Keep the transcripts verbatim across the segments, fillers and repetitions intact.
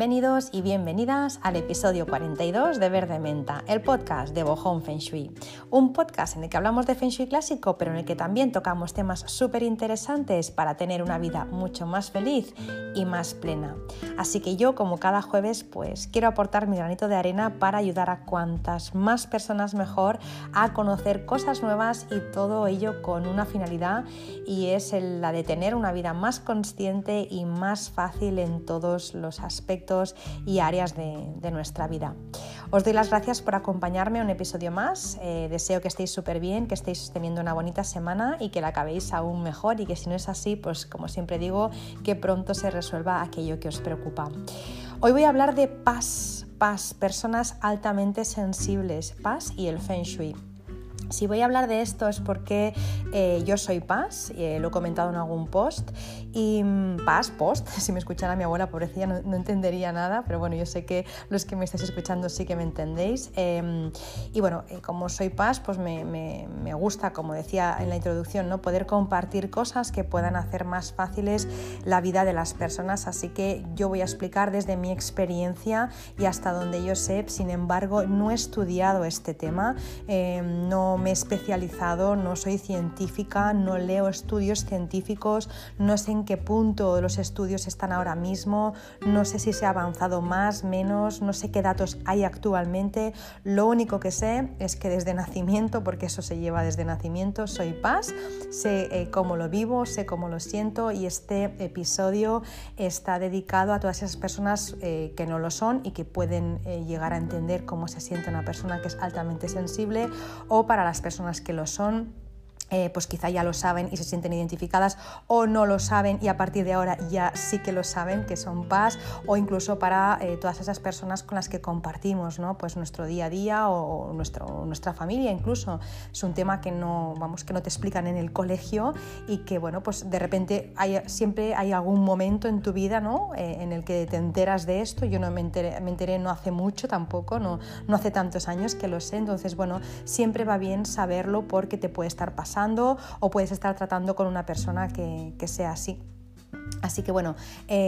Bienvenidos y bienvenidas al episodio cuarenta y dos de Verde Menta, el podcast de Bohong Feng Shui. Un podcast en el que hablamos de Feng Shui clásico, pero en el que también tocamos temas súper interesantes para tener una vida mucho más feliz y más plena. Así que yo, como cada jueves, pues quiero aportar mi granito de arena para ayudar a cuantas más personas mejor a conocer cosas nuevas y todo ello con una finalidad, y es la de tener una vida más consciente y más fácil en todos los aspectos y áreas de, de nuestra vida. Os doy las gracias por acompañarme a un episodio más. Eh, deseo que estéis súper bien, que estéis teniendo una bonita semana y que la acabéis aún mejor, y que si no es así, pues como siempre digo, que pronto se resuelva aquello que os preocupa. Hoy voy a hablar de paz, paz, personas altamente sensibles, paz y el Feng Shui. Si voy a hablar de esto es porque eh, yo soy Paz, eh, lo he comentado en algún post, y mmm, Paz, post, si me escuchara mi abuela, pobrecilla, no, no entendería nada, pero bueno, yo sé que los que me estáis escuchando sí que me entendéis. Eh, y bueno, eh, como soy Paz, pues me, me, me gusta, como decía en la introducción, ¿no?, poder compartir cosas que puedan hacer más fáciles la vida de las personas, así que yo voy a explicar desde mi experiencia y hasta donde yo sé. Sin embargo, no he estudiado este tema, eh, no me he especializado, no soy científica, no leo estudios científicos, no sé en qué punto los estudios están ahora mismo, no sé si se ha avanzado más, menos, no sé qué datos hay actualmente. Lo único que sé es que desde nacimiento, porque eso se lleva desde nacimiento, soy Paz, sé eh, cómo lo vivo, sé cómo lo siento, y este episodio está dedicado a todas esas personas eh, que no lo son y que pueden eh, llegar a entender cómo se siente una persona que es altamente sensible, o para las personas que lo son, Eh, pues quizá ya lo saben y se sienten identificadas, o no lo saben y a partir de ahora ya sí que lo saben, que son Paz, o incluso para eh, todas esas personas con las que compartimos, ¿no?, pues nuestro día a día o, o nuestro, nuestra familia incluso. Es un tema que no, vamos, que no te explican en el colegio, y que bueno, pues de repente hay, siempre hay algún momento en tu vida, ¿no?, eh, en el que te enteras de esto. Yo no me enteré, me enteré no hace mucho tampoco, no, no hace tantos años que lo sé. Entonces bueno, siempre va bien saberlo, porque te puede estar pasando o puedes estar tratando con una persona que, que sea así. Así que bueno,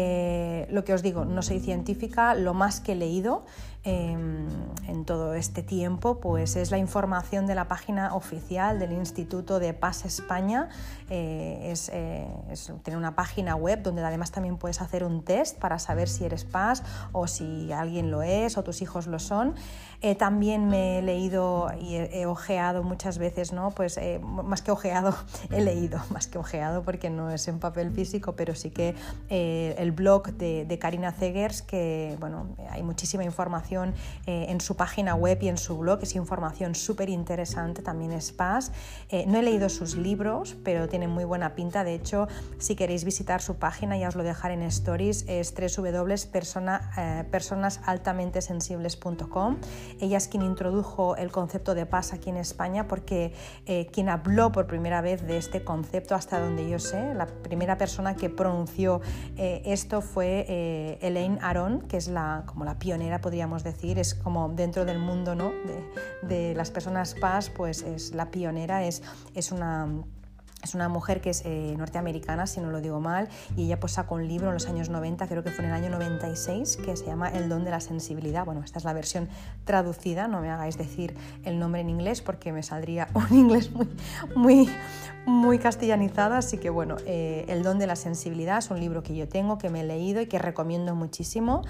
eh, lo que os digo, no soy científica, lo más que he leído eh, en todo este tiempo pues es la información de la página oficial del Instituto de Paz España. Eh, es, eh, es, tiene una página web donde además también puedes hacer un test para saber si eres Paz o si alguien lo es o tus hijos lo son. Eh, también me he leído y he, he ojeado muchas veces, ¿no? Pues eh, más que ojeado, he leído, más que ojeado, porque no es en papel físico, pero sí que eh, el blog de, de Karina Zegers, que bueno, hay muchísima información eh, en su página web y en su blog, es información súper interesante, también es Paz. Eh, no he leído sus libros, pero tienen muy buena pinta. De hecho, si queréis visitar su página, ya os lo dejaré en stories, es doble u doble u doble u punto personas altamente sensibles punto com. Ella es quien introdujo el concepto de Paz aquí en España, porque eh, quien habló por primera vez de este concepto, hasta donde yo sé, la primera persona que pronunció eh, esto fue eh, Elaine Aron, que es la, como la pionera, podríamos decir, es como dentro del mundo, ¿no?, de, de las personas Paz, pues es la pionera, es, es una... Es una mujer que es eh, norteamericana, si no lo digo mal, y ella pues sacó un libro en los años noventa, creo que fue en el año noventa y seis, que se llama El don de la sensibilidad. Bueno, esta es la versión traducida, no me hagáis decir el nombre en inglés porque me saldría un inglés muy, muy, muy castellanizado. Así que bueno, eh, El don de la sensibilidad es un libro que yo tengo, que me he leído y que recomiendo muchísimo,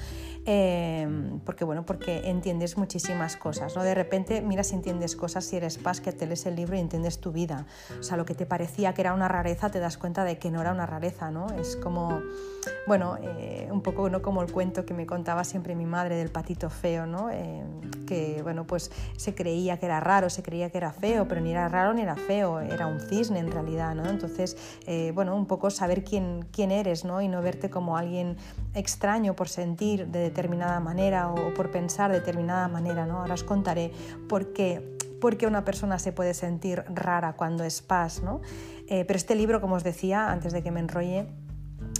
eh, porque bueno, porque entiendes muchísimas cosas, ¿no? De repente, mira si entiendes cosas, si eres Paz, que te lees el libro y entiendes tu vida. O sea, lo que te parece que era una rareza, te das cuenta de que no era una rareza, ¿no? Es como, bueno, eh, un poco, ¿no?, como el cuento que me contaba siempre mi madre del patito feo, ¿no? Eh, que, bueno, pues se creía que era raro, se creía que era feo, pero ni era raro ni era feo, era un cisne en realidad, ¿no? Entonces, eh, bueno, un poco saber quién, quién eres, ¿no?, y no verte como alguien extraño por sentir de determinada manera o por pensar de determinada manera, ¿no? Ahora os contaré por qué porque una persona se puede sentir rara cuando es Paz, ¿no? Eh, pero este libro, como os decía, antes de que me enrolle,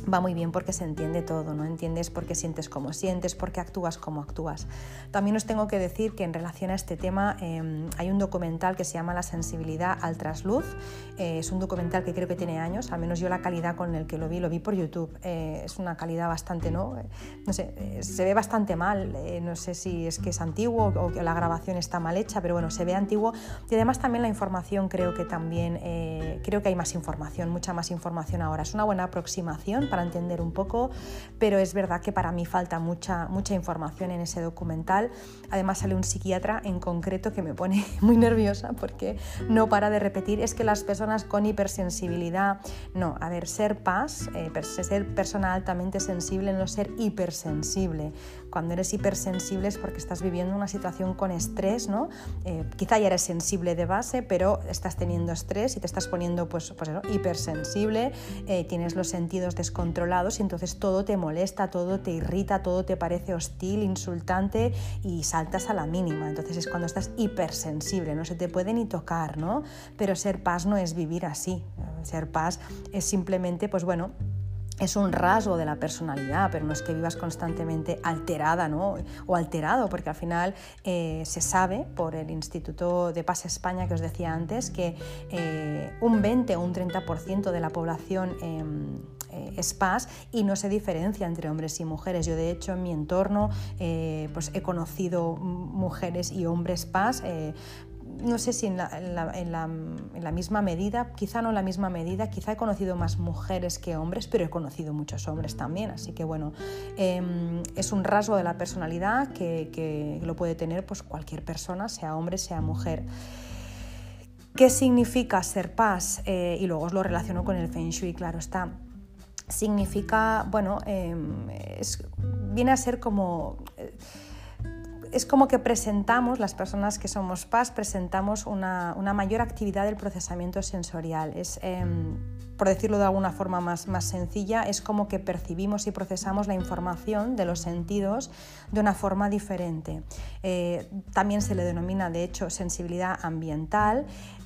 va muy bien porque se entiende todo, ¿no? Entiendes por qué sientes como sientes, por qué actúas como actúas. También os tengo que decir que en relación a este tema eh, hay un documental que se llama La sensibilidad al trasluz. Eh, es un documental que creo que tiene años, al menos yo la calidad con el que lo vi, lo vi por YouTube. Eh, es una calidad bastante, ¿no? No sé, eh, se ve bastante mal, eh, no sé si es que es antiguo o que la grabación está mal hecha, pero bueno, se ve antiguo y además también la información creo que también, eh, creo que hay más información, mucha más información ahora. Es una buena aproximación para entender un poco, pero es verdad que para mí falta mucha, mucha información en ese documental. Además sale un psiquiatra en concreto que me pone muy nerviosa porque no para de repetir, es que las personas con hipersensibilidad, no, a ver, ser P A S, eh, ser persona altamente sensible, no ser hipersensible. Cuando eres hipersensible es porque estás viviendo una situación con estrés, ¿no? Eh, quizá ya eres sensible de base, pero estás teniendo estrés y te estás poniendo pues, pues eso, hipersensible, eh, tienes los sentidos descontrolados y entonces todo te molesta, todo te irrita, todo te parece hostil, insultante y saltas a la mínima. Entonces es cuando estás hipersensible, no se te puede ni tocar, ¿no? Pero ser P A S no es vivir así. Ser P A S es simplemente, pues bueno, es un rasgo de la personalidad, pero no es que vivas constantemente alterada, ¿no? O alterado, porque al final eh, se sabe por el Instituto de P A S España que os decía antes que eh, un veinte o un treinta por ciento de la población eh, eh, es P A S y no se diferencia entre hombres y mujeres. Yo de hecho en mi entorno eh, pues he conocido mujeres y hombres P A S, eh, no sé si en la, en, la, en, la, en la misma medida, quizá no en la misma medida, quizá he conocido más mujeres que hombres, pero he conocido muchos hombres también, así que bueno, eh, es un rasgo de la personalidad que, que lo puede tener pues, cualquier persona, sea hombre, sea mujer. ¿Qué significa ser P A S? Eh, y luego os lo relaciono con el Feng Shui, claro está. Significa, bueno, eh, es, viene a ser como... Eh, Es como que presentamos, las personas que somos P A S, presentamos una, una mayor actividad del procesamiento sensorial. Es, eh, por decirlo de alguna forma más, más sencilla, es como que percibimos y procesamos la información de los sentidos de una forma diferente. Eh, también se le denomina, de hecho, sensibilidad ambiental,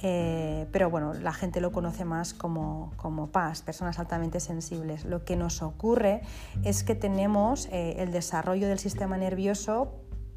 eh, pero bueno, la gente lo conoce más como, como P A S, personas altamente sensibles. Lo que nos ocurre es que tenemos eh, el desarrollo del sistema nervioso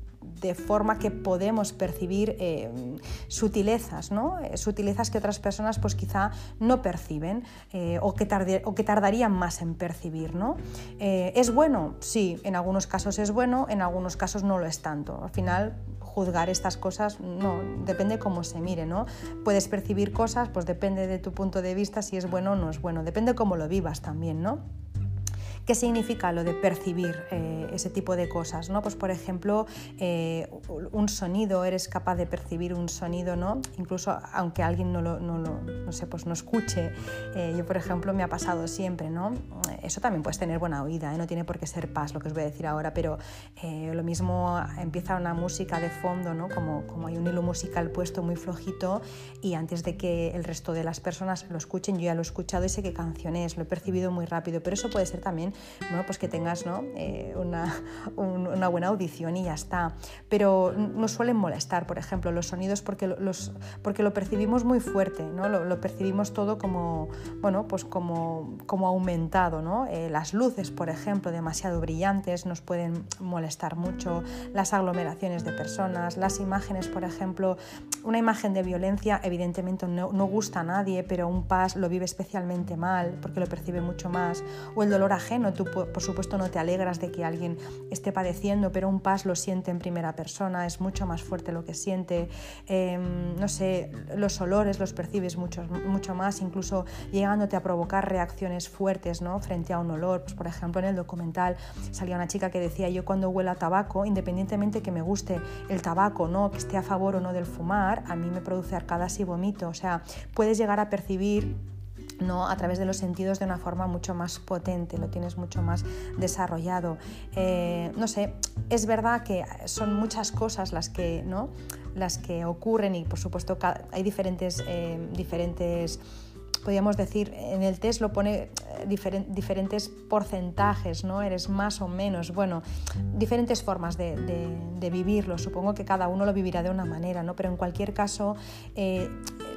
de forma que podemos percibir eh, sutilezas, ¿no? Eh, sutilezas que otras personas pues quizá no perciben eh, o, que tarde, o que tardarían más en percibir, ¿no? Eh, ¿Es bueno? Sí, en algunos casos es bueno, en algunos casos no lo es tanto. Al final, juzgar estas cosas no, depende cómo se mire, ¿no? Puedes percibir cosas, pues depende de tu punto de vista si es bueno o no es bueno, depende cómo lo vivas también, ¿no? ¿Qué significa lo de percibir eh, ese tipo de cosas, ¿no? Pues por ejemplo, eh, un sonido, eres capaz de percibir un sonido, ¿no? Incluso aunque alguien no lo, no lo no sé, pues no escuche. Eh, yo, por ejemplo, me ha pasado siempre, ¿no? Eso también puedes tener buena oída, ¿eh? No tiene por qué ser P A S lo que os voy a decir ahora, pero eh, lo mismo empieza una música de fondo, ¿no? Como, como hay un hilo musical puesto muy flojito y antes de que el resto de las personas lo escuchen, yo ya lo he escuchado y sé qué canción es, lo he percibido muy rápido, pero eso puede ser también bueno, pues que tengas, ¿no? eh, una, un, una buena audición y ya está. Pero nos suelen molestar, por ejemplo, los sonidos porque, los, porque lo percibimos muy fuerte, ¿no? Lo, lo percibimos todo como, bueno, pues como, como aumentado, ¿no? Eh, las luces, por ejemplo, demasiado brillantes nos pueden molestar mucho, las aglomeraciones de personas, las imágenes, por ejemplo, una imagen de violencia evidentemente no, no gusta a nadie, pero un P A S lo vive especialmente mal porque lo percibe mucho más, o el dolor ajeno. Tú, por supuesto, no te alegras de que alguien esté padeciendo, pero un P A S lo siente en primera persona, es mucho más fuerte lo que siente. Eh, no sé, los olores los percibes mucho, mucho más, incluso llegándote a provocar reacciones fuertes, ¿no? Frente a un olor. Pues, por ejemplo, en el documental salía una chica que decía: yo cuando huelo a tabaco, independientemente que me guste el tabaco, ¿no? Que esté a favor o no del fumar, a mí me produce arcadas y vomito. O sea, puedes llegar a percibir, ¿no? A través de los sentidos de una forma mucho más potente, lo tienes mucho más desarrollado. Eh, no sé, es verdad que son muchas cosas las que, ¿no? las que ocurren y por supuesto hay diferentes, eh, diferentes podríamos decir, en el test lo pone diferent, diferentes porcentajes, ¿no? Eres más o menos, bueno, diferentes formas de, de, de vivirlo. Supongo que cada uno lo vivirá de una manera, ¿no? Pero en cualquier caso, eh,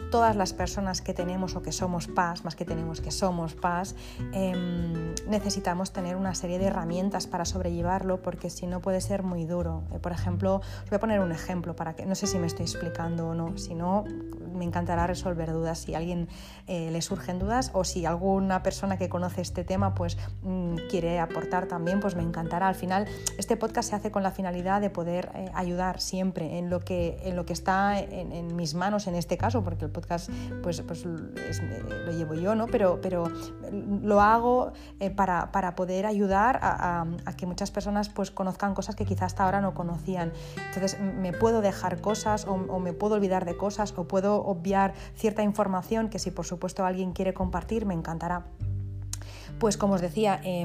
todas las personas que tenemos o que somos paz, más que tenemos que somos paz, eh, necesitamos tener una serie de herramientas para sobrellevarlo, porque si no puede ser muy duro. Eh, por ejemplo, os voy a poner un ejemplo para que, no sé si me estoy explicando o no, si no, me encantará resolver dudas si a alguien eh, le surgen dudas, o si alguna persona que conoce este tema pues mmm, quiere aportar también, pues me encantará. Al final este podcast se hace con la finalidad de poder eh, ayudar siempre en lo que, en lo que está en, en mis manos en este caso, porque el podcast pues, pues es, lo llevo yo, ¿no? pero, pero lo hago eh, para, para poder ayudar a, a, a que muchas personas pues conozcan cosas que quizás hasta ahora no conocían. Entonces me puedo dejar cosas o, o me puedo olvidar de cosas o puedo obviar cierta información que, si por supuesto alguien quiere compartir, me encantará. Pues como os decía, eh,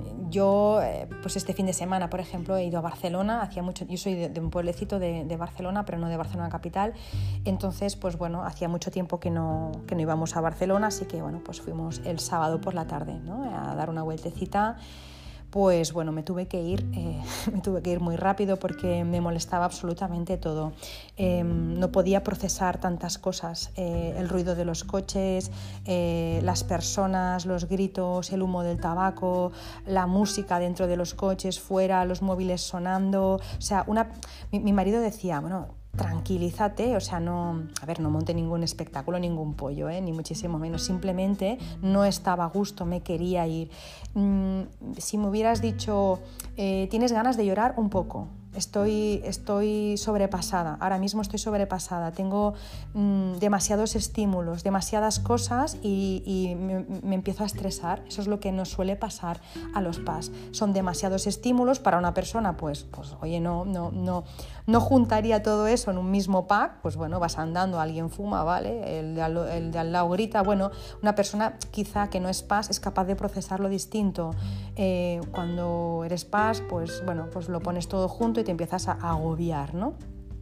yo eh, pues este fin de semana, por ejemplo, he ido a Barcelona. Hacía mucho, yo soy de, de un pueblecito de, de Barcelona, pero no de Barcelona capital. Entonces, pues bueno, hacía mucho tiempo que no, que no íbamos a Barcelona, así que bueno, pues fuimos el sábado por la tarde, ¿no? A dar una vueltecita. Pues bueno, me tuve que ir, eh, me tuve que ir muy rápido porque me molestaba absolutamente todo. Eh, no podía procesar tantas cosas, eh, el ruido de los coches, eh, las personas, los gritos, el humo del tabaco, la música dentro de los coches, fuera, los móviles sonando. O sea, una, mi, mi marido decía, bueno, tranquilízate, o sea, no, a ver, no monte ningún espectáculo, ningún pollo, ¿eh? Ni muchísimo menos, simplemente no estaba a gusto, me quería ir. Mm, si me hubieras dicho, eh, ¿tienes ganas de llorar? Un poco. Estoy, estoy sobrepasada, ahora mismo estoy sobrepasada, tengo mmm, demasiados estímulos, demasiadas cosas y, y me, me empiezo a estresar. Eso es lo que nos suele pasar a los P A S. Son demasiados estímulos para una persona, pues, pues oye, no, no, no, no juntaría todo eso en un mismo pack. Pues bueno, vas andando, alguien fuma, ¿vale? El de al, el de al lado grita. Bueno, una persona quizá que no es P A S es capaz de procesarlo distinto. Eh, cuando eres P A S, pues bueno, pues lo pones todo junto y te empiezas a agobiar, ¿no?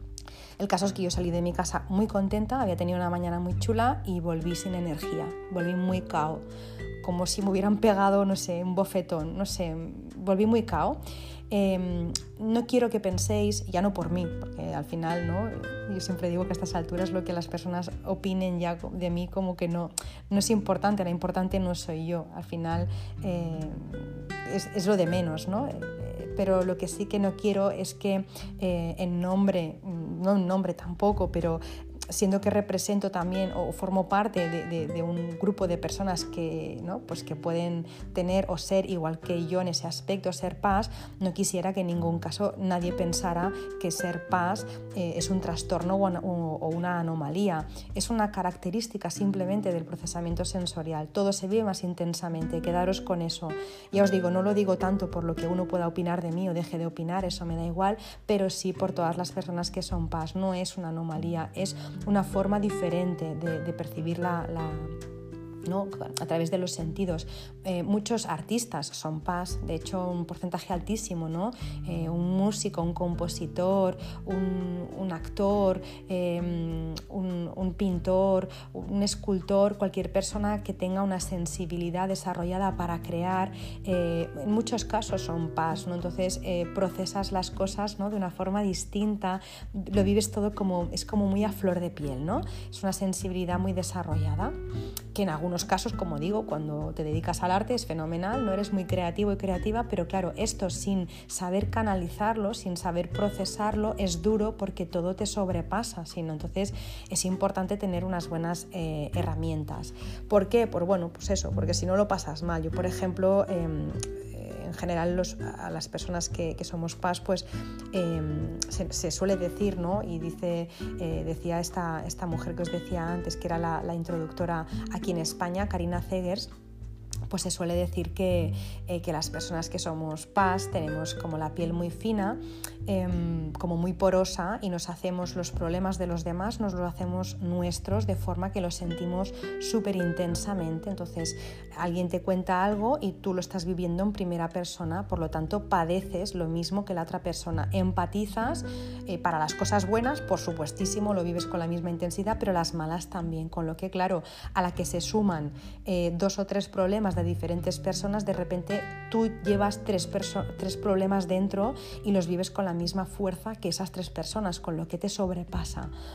El caso es que yo salí de mi casa muy contenta, había tenido una mañana muy chula y volví sin energía, volví muy cao, como si me hubieran pegado, no sé, un bofetón, no sé, volví muy cao. Eh, no quiero que penséis, ya no por mí, porque al final, ¿no? Yo siempre digo que a estas alturas lo que las personas opinen ya de mí como que no, no es importante, la importante no soy yo, al final eh, es, es lo de menos, ¿no? Pero lo que sí que no quiero es que eh, en nombre, no en nombre tampoco, pero siendo que represento también o formo parte de, de, de un grupo de personas que, ¿no? Pues que pueden tener o ser igual que yo en ese aspecto, ser P A S, no quisiera que en ningún caso nadie pensara que ser P A S eh, es un trastorno o una, o una anomalía. Es una característica simplemente del procesamiento sensorial. Todo se vive más intensamente, quedaros con eso. Ya os digo, no lo digo tanto por lo que uno pueda opinar de mí o deje de opinar, eso me da igual, pero sí por todas las personas que son P A S. No es una anomalía, es una forma diferente de, de percibir la, la, ¿no? a través de los sentidos. Eh, muchos artistas son P A S, de hecho un porcentaje altísimo, ¿no? Eh, un músico, un compositor, un, un actor, eh, un, un pintor, un escultor, cualquier persona que tenga una sensibilidad desarrollada para crear, eh, en muchos casos son P A S, ¿no? Entonces eh, procesas las cosas, ¿no? de una forma distinta, lo vives todo como, es como muy a flor de piel, ¿no? Es una sensibilidad muy desarrollada, que en algunos casos, como digo, cuando te dedicas al arte es fenomenal, no eres muy creativo y creativa, pero claro, esto sin saber canalizarlo, sin saber procesarlo, es duro porque todo te sobrepasa, sino entonces es importante tener unas buenas eh, herramientas. ¿Por qué? Pues bueno, pues eso, porque si no lo pasas mal. Yo, por ejemplo, eh, en general los, a las personas que, que somos P A S, pues eh, se, se suele decir, ¿no? Y dice, eh, decía esta, esta mujer que os decía antes, que era la, la introductora aquí en España, Karina Zegers, pues se suele decir que, eh, que las personas que somos P A S tenemos como la piel muy fina, eh, como muy porosa, y nos hacemos los problemas de los demás, nos los hacemos nuestros de forma que los sentimos súper intensamente. Entonces alguien te cuenta algo y tú lo estás viviendo en primera persona, por lo tanto padeces lo mismo que la otra persona, empatizas eh, para las cosas buenas, por supuestísimo, lo vives con la misma intensidad, pero las malas también, con lo que claro, a la que se suman eh, dos o tres problemas de diferentes personas, de repente tú llevas tres, perso- tres problemas dentro y los vives con la misma fuerza que esas tres personas, con lo que te sobrepasa.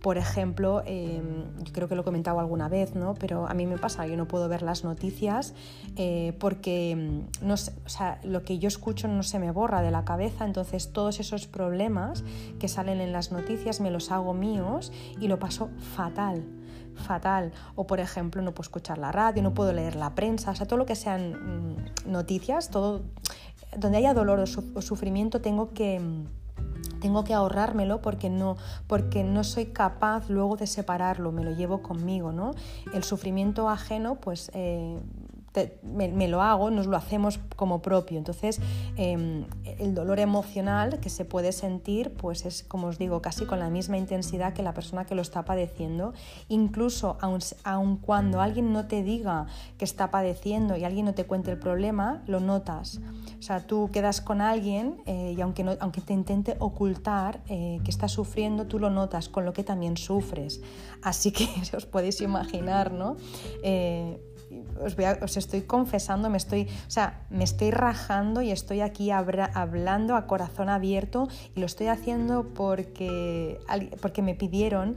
por ejemplo, eh, yo creo que lo he comentado alguna vez, ¿no? Pero a mí me pasa, yo no puedo ver las noticias eh, porque no sé, o sea, lo que yo escucho no se me borra de la cabeza, entonces todos esos problemas que salen en las noticias me los hago míos y lo paso fatal. fatal, o por ejemplo no puedo escuchar la radio, no puedo leer la prensa, o sea, todo lo que sean mmm, noticias, todo donde haya dolor o, su- o sufrimiento tengo que tengo que ahorrármelo porque no, porque no soy capaz luego de separarlo, me lo llevo conmigo, ¿no? El sufrimiento ajeno, pues eh, te, me, me lo hago, nos lo hacemos como propio. Entonces, eh, el dolor emocional que se puede sentir, pues es, como os digo, casi con la misma intensidad que la persona que lo está padeciendo. Incluso, aun, aun cuando alguien no te diga que está padeciendo y alguien no te cuente el problema, lo notas. O sea, tú quedas con alguien eh, y aunque, no, aunque te intente ocultar eh, que está sufriendo, tú lo notas, con lo que también sufres. Así que os podéis imaginar, ¿no? Eh, Os, voy a, os estoy confesando, me estoy, o sea, me estoy rajando y estoy aquí abra, hablando a corazón abierto y lo estoy haciendo porque, porque me pidieron,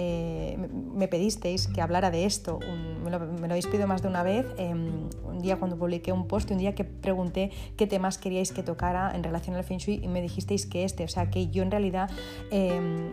eh, me pedisteis que hablara de esto, un, me, lo, me lo habéis pedido más de una vez, eh, un día cuando publiqué un post, un día que pregunté qué temas queríais que tocara en relación al Feng Shui y me dijisteis que este, o sea, que yo en realidad eh,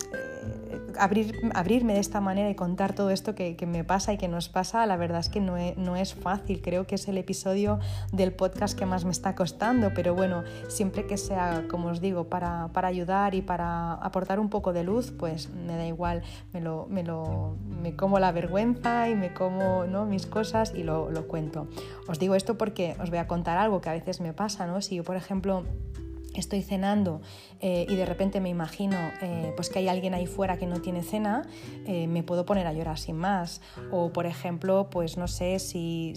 abrir, abrirme de esta manera y contar todo esto que, que me pasa y que nos pasa, la verdad es que no es, no es fácil, creo que es el episodio del podcast que más me está costando, pero bueno, siempre que sea, como os digo, para, para ayudar y para aportar un poco de luz, pues me da igual, me, lo, me, lo, me como la vergüenza y me como, ¿no?, mis cosas y lo, lo cuento. Os digo esto porque os voy a contar algo que a veces me pasa, ¿no? Si yo, por ejemplo, estoy cenando eh, y de repente me imagino eh, pues que hay alguien ahí fuera que no tiene cena, eh, me puedo poner a llorar sin más. O por ejemplo, pues no sé, si,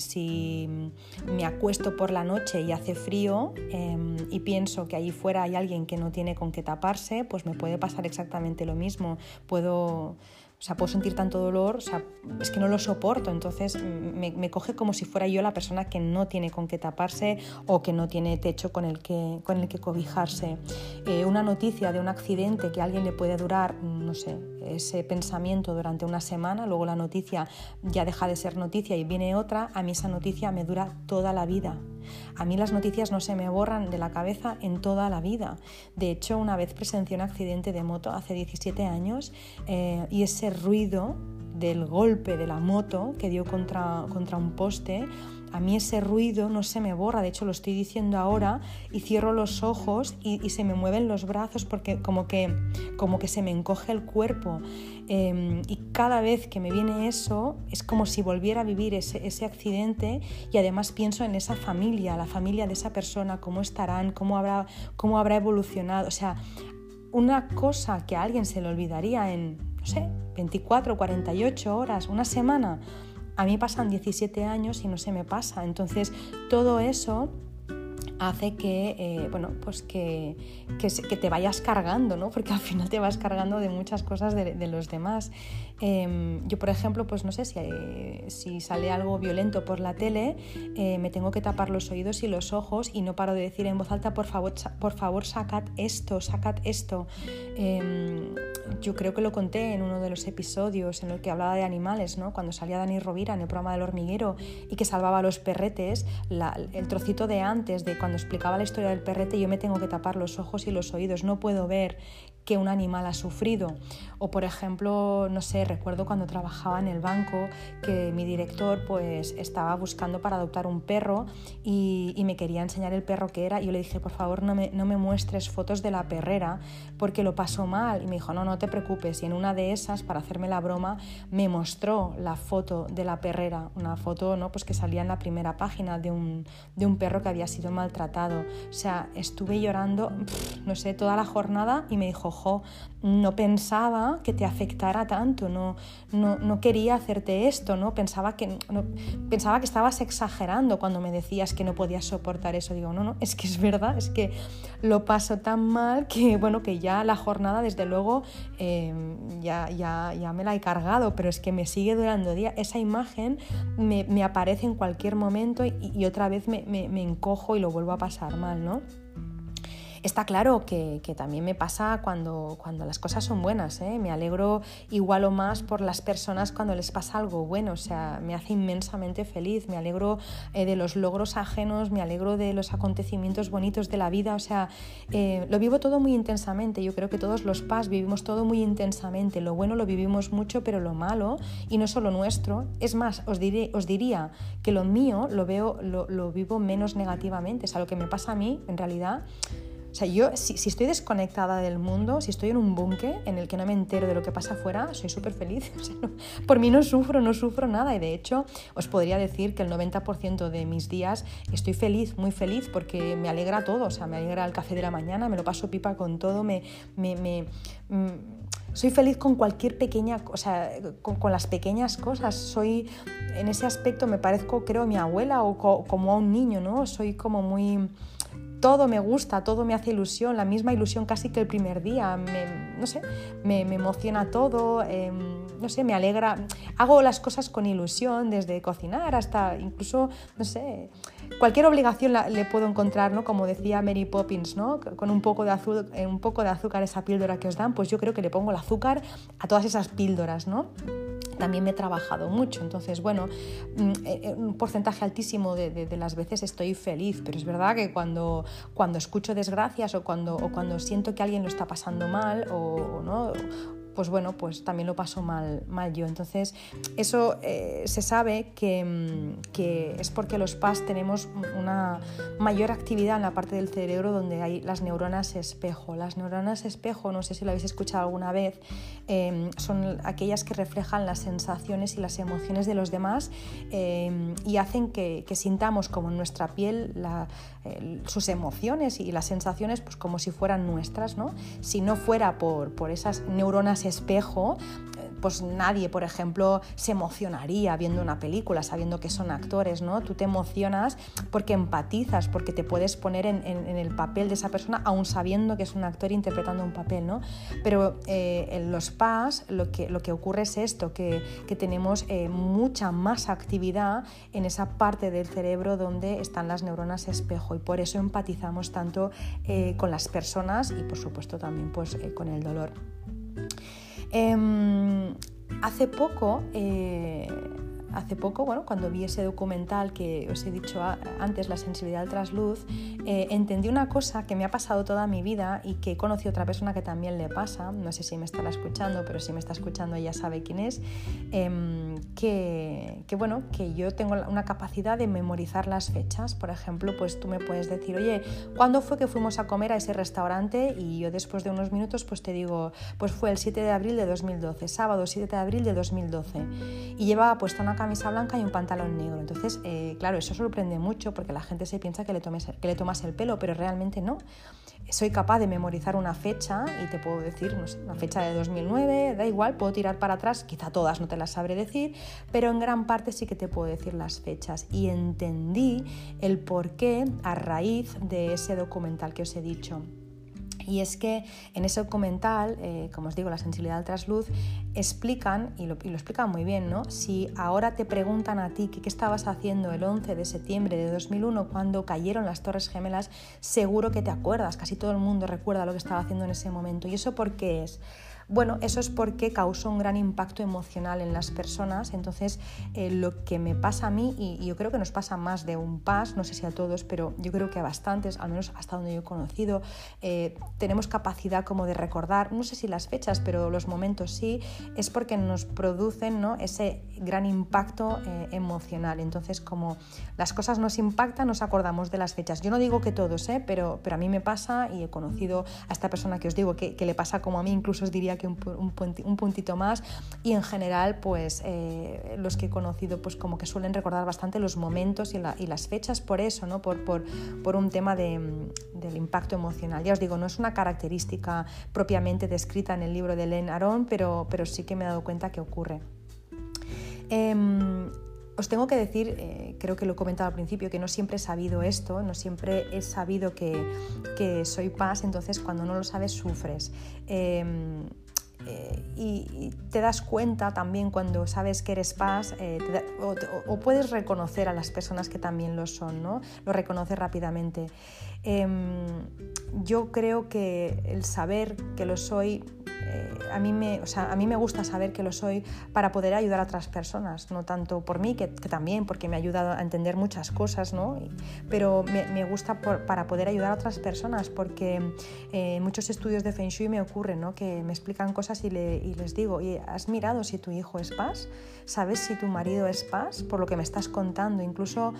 si me acuesto por la noche y hace frío eh, y pienso que allí fuera hay alguien que no tiene con qué taparse, pues me puede pasar exactamente lo mismo. Puedo... O sea, puedo sentir tanto dolor, o sea, es que no lo soporto, entonces me, me coge como si fuera yo la persona que no tiene con qué taparse o que no tiene techo con el que, con el que cobijarse. Eh, una noticia de un accidente que a alguien le puede durar, no sé, ese pensamiento durante una semana, luego la noticia ya deja de ser noticia y viene otra, a mí esa noticia me dura toda la vida. A mí las noticias no se me borran de la cabeza en toda la vida. De hecho, una vez presencié un accidente de moto hace diecisiete años eh, y ese ruido del golpe de la moto que dio contra, contra un poste, a mí ese ruido no se me borra, de hecho lo estoy diciendo ahora y cierro los ojos y, y se me mueven los brazos porque como que, como que se me encoge el cuerpo eh, y cada vez que me viene eso es como si volviera a vivir ese, ese accidente y además pienso en esa familia, la familia de esa persona, cómo estarán, cómo habrá, cómo habrá evolucionado, o sea, una cosa que a alguien se le olvidaría en, no sé, veinticuatro, cuarenta y ocho horas, una semana. A mí pasan diecisiete años y no se me pasa. Entonces, todo eso hace que, eh, bueno, pues que, que, que te vayas cargando, ¿no? Porque al final te vas cargando de muchas cosas de, de los demás. Eh, yo, por ejemplo, pues no sé, si, eh, si sale algo violento por la tele, eh, me tengo que tapar los oídos y los ojos y no paro de decir en voz alta, por favor, por favor, sacad esto, sacad esto. Eh, yo creo que lo conté en uno de los episodios en el que hablaba de animales, ¿no? Cuando salía Dani Rovira en el programa del hormiguero y que salvaba a los perretes, la, el trocito de antes de cuando explicaba la historia del perrete, yo me tengo que tapar los ojos y los oídos, no puedo ver que un animal ha sufrido. O por ejemplo, no sé, recuerdo cuando trabajaba en el banco que mi director pues estaba buscando para adoptar un perro y, y me quería enseñar el perro que era y yo le dije, por favor no me, no me muestres fotos de la perrera porque lo paso mal, y me dijo, no, no te preocupes, y en una de esas, para hacerme la broma, me mostró la foto de la perrera, una foto, ¿no?, pues que salía en la primera página de un, de un perro que había sido maltratado. O sea, estuve llorando, pff, no sé, toda la jornada y me dijo, jo, no pensaba que te afectara tanto, no, no, no quería hacerte esto, ¿no? Pensaba que, no, pensaba que estabas exagerando cuando me decías que no podías soportar eso. Digo, no, no, es que es verdad, es que lo paso tan mal que, bueno, que ya la jornada, desde luego, eh, ya, ya, ya me la he cargado, pero es que me sigue durando día. Esa imagen me, me aparece en cualquier momento y, y otra vez me, me, me encojo y lo vuelvo a pasar mal, ¿no? Está claro que, que también me pasa cuando, cuando las cosas son buenas, ¿eh? Me alegro igual o más por las personas cuando les pasa algo bueno, o sea, me hace inmensamente feliz, me alegro eh, de los logros ajenos, me alegro de los acontecimientos bonitos de la vida, o sea, eh, lo vivo todo muy intensamente. Yo creo que todos los P A S vivimos todo muy intensamente, lo bueno lo vivimos mucho, pero lo malo, y no solo nuestro, es más, os, diré, os diría que lo mío lo veo, lo, lo vivo menos negativamente, o sea, lo que me pasa a mí, en realidad. O sea, yo si, si estoy desconectada del mundo, si estoy en un búnker en el que no me entero de lo que pasa afuera, soy súper feliz. O sea, no, por mí no sufro, no sufro nada. Y de hecho, os podría decir que el noventa por ciento de mis días estoy feliz, muy feliz, porque me alegra todo. O sea, me alegra el café de la mañana, me lo paso pipa con todo, me... me, me mm, soy feliz con cualquier pequeña, o sea, con, con las pequeñas cosas. Soy, en ese aspecto me parezco, creo, a mi abuela o co, como a un niño, ¿no? Soy como muy... Todo me gusta, todo me hace ilusión, la misma ilusión casi que el primer día, me, no sé, me, me emociona todo, eh, no sé, me alegra, hago las cosas con ilusión, desde cocinar hasta incluso, no sé, cualquier obligación la, le puedo encontrar, ¿no? Como decía Mary Poppins, ¿no? Con un poco de azúcar, un poco de azúcar, esa píldora que os dan, pues yo creo que le pongo el azúcar a todas esas píldoras, ¿no? También me he trabajado mucho, entonces, bueno, un porcentaje altísimo de, de, de las veces estoy feliz, pero es verdad que cuando, cuando escucho desgracias o cuando, o cuando siento que alguien lo está pasando mal, o, o no, pues bueno, pues también lo paso mal, mal yo. Entonces, eso eh, se sabe que, que es porque los P A S tenemos una mayor actividad en la parte del cerebro donde hay las neuronas espejo. Las neuronas espejo, no sé si lo habéis escuchado alguna vez, eh, son aquellas que reflejan las sensaciones y las emociones de los demás eh, y hacen que, que sintamos como en nuestra piel la, eh, sus emociones y las sensaciones pues como si fueran nuestras, ¿no? Si no fuera por, por esas neuronas espejo, pues nadie, por ejemplo, se emocionaría viendo una película, sabiendo que son actores, ¿no? Tú te emocionas porque empatizas, porque te puedes poner en, en, en el papel de esa persona, aún sabiendo que es un actor interpretando un papel, ¿no? Pero eh, en los P A S lo que, lo que ocurre es esto, que, que tenemos eh, mucha más actividad en esa parte del cerebro donde están las neuronas espejo, y por eso empatizamos tanto eh, con las personas y, por supuesto, también pues, eh, con el dolor. Eh, hace poco, eh, hace poco, bueno, cuando vi ese documental que os he dicho antes, La sensibilidad al trasluz, eh, entendí una cosa que me ha pasado toda mi vida y que he conocido a otra persona que también le pasa, no sé si me estará escuchando, pero si me está escuchando ella sabe quién es, eh, que, que bueno, que yo tengo una capacidad de memorizar las fechas. Por ejemplo, pues tú me puedes decir, oye, ¿cuándo fue que fuimos a comer a ese restaurante? Y yo después de unos minutos pues te digo, pues fue el siete de abril de dos mil doce, sábado siete de abril de dos mil doce, y llevaba puesta una camisa blanca y un pantalón negro. Entonces, eh, claro, eso sorprende mucho porque la gente se piensa que le, tomes, que le tomas el pelo, pero realmente no. Soy capaz de memorizar una fecha y te puedo decir, no sé, una fecha de dos mil nueve, da igual, puedo tirar para atrás, quizá todas no te las sabré decir, pero en gran parte sí que te puedo decir las fechas. Y entendí el porqué a raíz de ese documental que os he dicho. Y es que en ese documental, eh, como os digo, La sensibilidad al trasluz, explican, y lo, y lo explican muy bien, ¿no? Si ahora te preguntan a ti que qué estabas haciendo el once de septiembre de dos mil uno cuando cayeron las Torres Gemelas, seguro que te acuerdas, casi todo el mundo recuerda lo que estaba haciendo en ese momento. ¿Y eso por qué es? Bueno, eso es porque causó un gran impacto emocional en las personas. Entonces, eh, lo que me pasa a mí, y, y yo creo que nos pasa más de un P A S, no sé si a todos, pero yo creo que a bastantes, al menos hasta donde yo he conocido, eh, tenemos capacidad como de recordar, no sé si las fechas, pero los momentos sí, es porque nos producen, ¿no?, ese gran impacto eh, emocional. Entonces, como las cosas nos impactan, nos acordamos de las fechas. Yo no digo que todos, ¿eh? pero, pero a mí me pasa, y he conocido a esta persona que os digo que, que le pasa como a mí, incluso os diría que un, un, un puntito más, y en general pues eh, los que he conocido pues como que suelen recordar bastante los momentos y, la, y las fechas por eso, ¿no? por, por, por un tema de, del impacto emocional. Ya os digo, no es una característica propiamente descrita en el libro de Elaine Aron, pero, pero sí que me he dado cuenta que ocurre. Eh, Os tengo que decir, eh, creo que lo he comentado al principio, que no siempre he sabido esto, no siempre he sabido que, que soy P A S, entonces cuando no lo sabes sufres. Eh, eh, y, y te das cuenta también cuando sabes que eres P A S, eh, te da, o, o puedes reconocer a las personas que también lo son, ¿no? Lo reconoces rápidamente. Eh, yo creo que el saber que lo soy, eh, a, mí me, o sea, a mí me gusta saber que lo soy para poder ayudar a otras personas, no tanto por mí, que, que también, porque me ha ayudado a entender muchas cosas, ¿no? Pero me, me gusta por, para poder ayudar a otras personas, porque eh, muchos estudios de Feng Shui me ocurren, ¿no? Que me explican cosas y, le, y les digo, ¿y has mirado si tu hijo es Paz? ¿Sabes si tu marido es Paz? Por lo que me estás contando, incluso...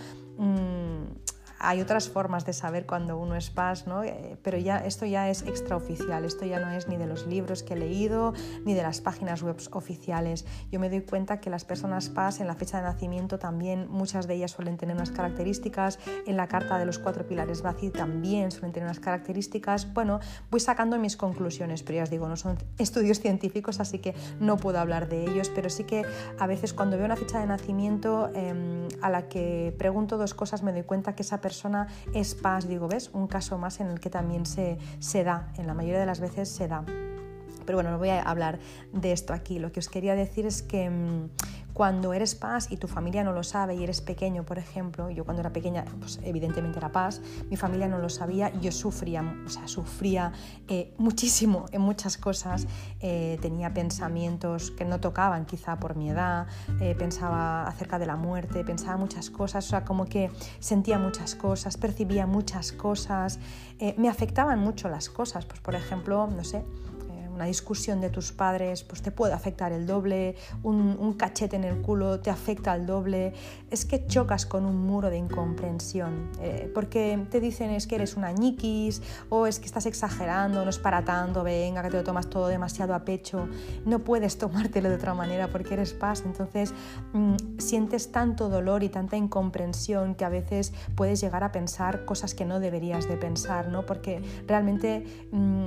Mmm, hay otras formas de saber cuando uno es Paz, ¿no? Eh, pero ya, esto ya es extraoficial, esto ya no es ni de los libros que he leído ni de las páginas web oficiales. Yo me doy cuenta que las personas Paz en la fecha de nacimiento también, muchas de ellas suelen tener unas características, en la carta de los cuatro pilares Bazi también suelen tener unas características. Bueno, voy sacando mis conclusiones, pero ya os digo, no son estudios científicos, así que no puedo hablar de ellos, pero sí que a veces cuando veo una fecha de nacimiento eh, a la que pregunto dos cosas me doy cuenta que esa persona persona es Paz, digo, ¿ves? Un caso más en el que también se, se da, en la mayoría de las veces se da. Pero bueno, no voy a hablar de esto aquí. Lo que os quería decir es que mmm, cuando eres Paz y tu familia no lo sabe y eres pequeño, por ejemplo, yo cuando era pequeña, pues evidentemente era Paz, mi familia no lo sabía y yo sufría, o sea, sufría eh, muchísimo en muchas cosas, eh, tenía pensamientos que no tocaban quizá por mi edad, eh, pensaba acerca de la muerte, pensaba muchas cosas, o sea, como que sentía muchas cosas, percibía muchas cosas, eh, me afectaban mucho las cosas, pues por ejemplo, no sé, una discusión de tus padres pues te puede afectar el doble, un, un cachete en el culo te afecta al doble, es que chocas con un muro de incomprensión, eh, porque te dicen es que eres una ñiquis o es que estás exagerando, no es para tanto, venga que te lo tomas todo demasiado a pecho, no puedes tomártelo de otra manera porque eres Paz, entonces mmm, sientes tanto dolor y tanta incomprensión que a veces puedes llegar a pensar cosas que no deberías de pensar, ¿no? Porque realmente mmm,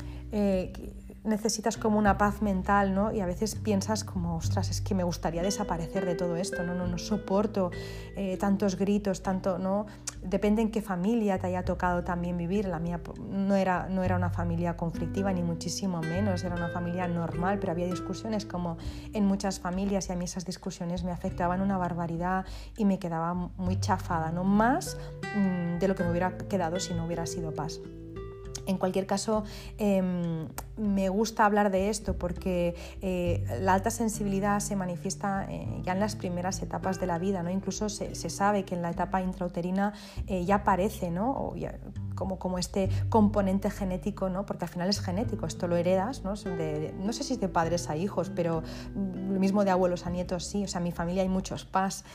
eh, necesitas como una paz mental, ¿no? Y a veces piensas como, ostras, es que me gustaría desaparecer de todo esto, no, no, no soporto eh, tantos gritos, tanto, ¿no? Depende en qué familia te haya tocado también vivir. La mía no era, no era una familia conflictiva, ni muchísimo menos, era una familia normal, pero había discusiones como en muchas familias y a mí esas discusiones me afectaban una barbaridad y me quedaba muy chafada, ¿no? Más mmm, de lo que me hubiera quedado si no hubiera sido Paz. En cualquier caso, eh, me gusta hablar de esto porque eh, la alta sensibilidad se manifiesta eh, ya en las primeras etapas de la vida, ¿no? Incluso se, se sabe que en la etapa intrauterina eh, ya aparece, ¿no? O ya, como, como este componente genético, ¿no? Porque al final es genético, esto lo heredas, ¿no? De, de, no sé si es de padres a hijos, pero lo mismo de abuelos a nietos, sí. O sea, en mi familia hay muchos Paz.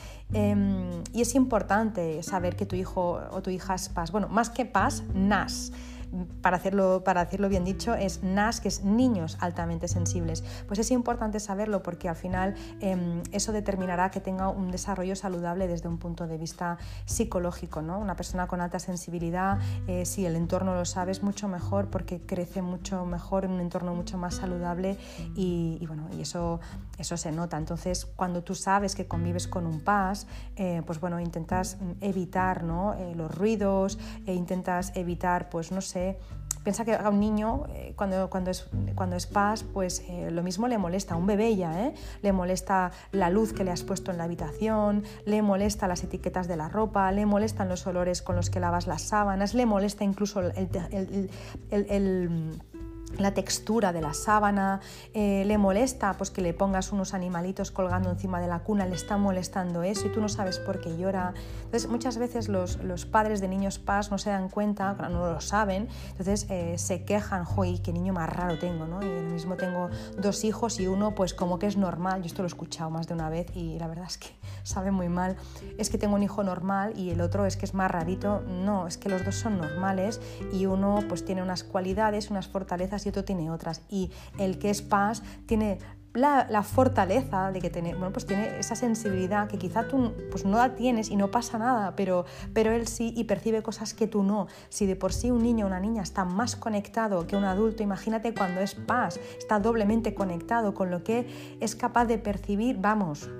Eh, y es importante saber que tu hijo o tu hija es Paz. Bueno, más que Paz, N A S. Para hacerlo, para decirlo bien dicho, es N A S, que es niños altamente sensibles. Pues es importante saberlo porque al final eh, eso determinará que tenga un desarrollo saludable desde un punto de vista psicológico, ¿no? Una persona con alta sensibilidad, eh, si el entorno lo sabe, es mucho mejor porque crece mucho mejor en un entorno mucho más saludable y, y, bueno, y eso, eso se nota. Entonces, cuando tú sabes que convives con un Paz, eh, pues bueno, intentas evitar, ¿no? eh, los ruidos, e intentas evitar, pues no sé, piensa que a un niño eh, cuando, cuando, es, cuando es Paz, pues eh, lo mismo le molesta, a un bebé ya, ¿eh? Le molesta la luz que le has puesto en la habitación, le molesta las etiquetas de la ropa, le molestan los olores con los que lavas las sábanas, le molesta incluso el, el, el, el, el la textura de la sábana, eh, le molesta pues que le pongas unos animalitos colgando encima de la cuna, le está molestando eso y tú no sabes por qué llora. Entonces muchas veces los, los padres de niños Paz no se dan cuenta, no lo saben, entonces eh, se quejan, joder, qué niño más raro tengo, ¿no? Y lo mismo tengo dos hijos y uno pues como que es normal, yo esto lo he escuchado más de una vez y la verdad es que sabe muy mal, es que tengo un hijo normal y el otro es que es más rarito. No, es que los dos son normales y uno pues tiene unas cualidades, unas fortalezas y otro tiene otras, y el que es Paz tiene la, la fortaleza de que tiene, bueno, pues tiene esa sensibilidad que quizá tú pues no la tienes y no pasa nada, pero, pero él sí y percibe cosas que tú no. Si de por sí un niño o una niña está más conectado que un adulto, imagínate cuando es Paz, está doblemente conectado con lo que es capaz de percibir, vamos...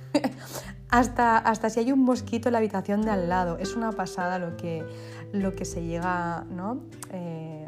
Hasta, hasta si hay un mosquito en la habitación de al lado. Es una pasada lo que, lo que se llega, ¿no? eh,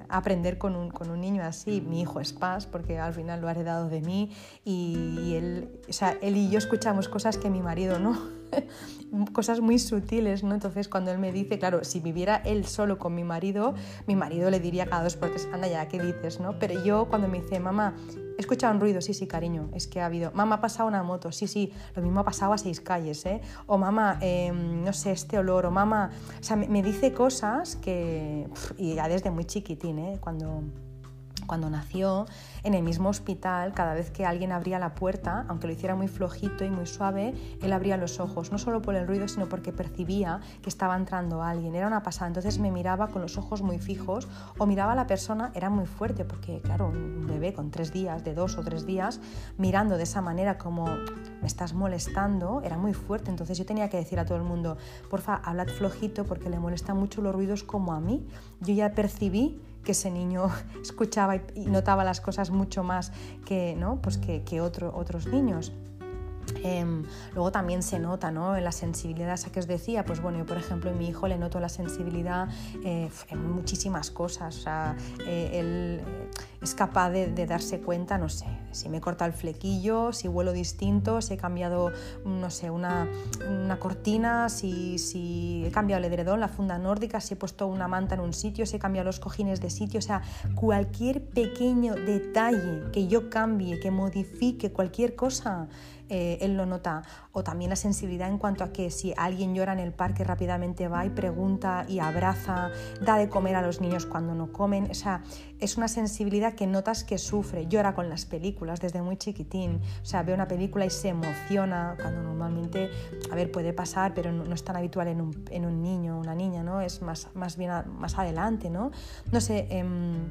aprender con un, con un niño así. Mi hijo es P A S porque al final lo ha heredado de mí y, y él, o sea, él y yo escuchamos cosas que mi marido no, cosas muy sutiles, ¿no? Entonces cuando él me dice, claro, si viviera él solo con mi marido, mi marido le diría cada dos por tres, anda ya, ¿qué dices, no? Pero yo cuando me dice, mamá, he escuchado un ruido, sí, sí, cariño, es que ha habido, mamá, ha pasado una moto, sí, sí, lo mismo ha pasado a seis calles, ¿eh? O mamá, eh, no sé, este olor, o mamá, o sea, me, me dice cosas que, y ya desde muy chiquitín, ¿eh? Cuando... Cuando nació, en el mismo hospital, cada vez que alguien abría la puerta, aunque lo hiciera muy flojito y muy suave, él abría los ojos, no solo por el ruido, sino porque percibía que estaba entrando alguien. Era una pasada. Entonces me miraba con los ojos muy fijos o miraba a la persona, era muy fuerte, porque claro, un bebé con tres días, de dos o tres días, mirando de esa manera como me estás molestando, era muy fuerte. Entonces yo tenía que decir a todo el mundo, porfa, hablad flojito porque le molestan mucho los ruidos como a mí. Yo ya percibí que ese niño escuchaba y notaba las cosas mucho más que, ¿no? Pues que, que otro, otros niños. Eh, luego también se nota, ¿no? En la sensibilidad esa que os decía, pues bueno, yo por ejemplo en mi hijo le noto la sensibilidad eh, en muchísimas cosas, o sea, eh, él es capaz de, de darse cuenta, no sé, si me he cortado el flequillo, si huelo distinto, si he cambiado, no sé, una, una cortina, si, si he cambiado el edredón, la funda nórdica, si he puesto una manta en un sitio, si he cambiado los cojines de sitio, o sea, cualquier pequeño detalle que yo cambie, que modifique cualquier cosa, Eh, él lo nota. O también la sensibilidad en cuanto a que si alguien llora en el parque rápidamente va y pregunta y abraza, da de comer a los niños cuando no comen, o sea, es una sensibilidad que notas que sufre. Llora con las películas desde muy chiquitín, o sea, ve una película y se emociona cuando normalmente, a ver, puede pasar, pero no, no es tan habitual en un, en un niño o una niña, ¿no? Es más, más bien a, más adelante, ¿no? No sé, eh,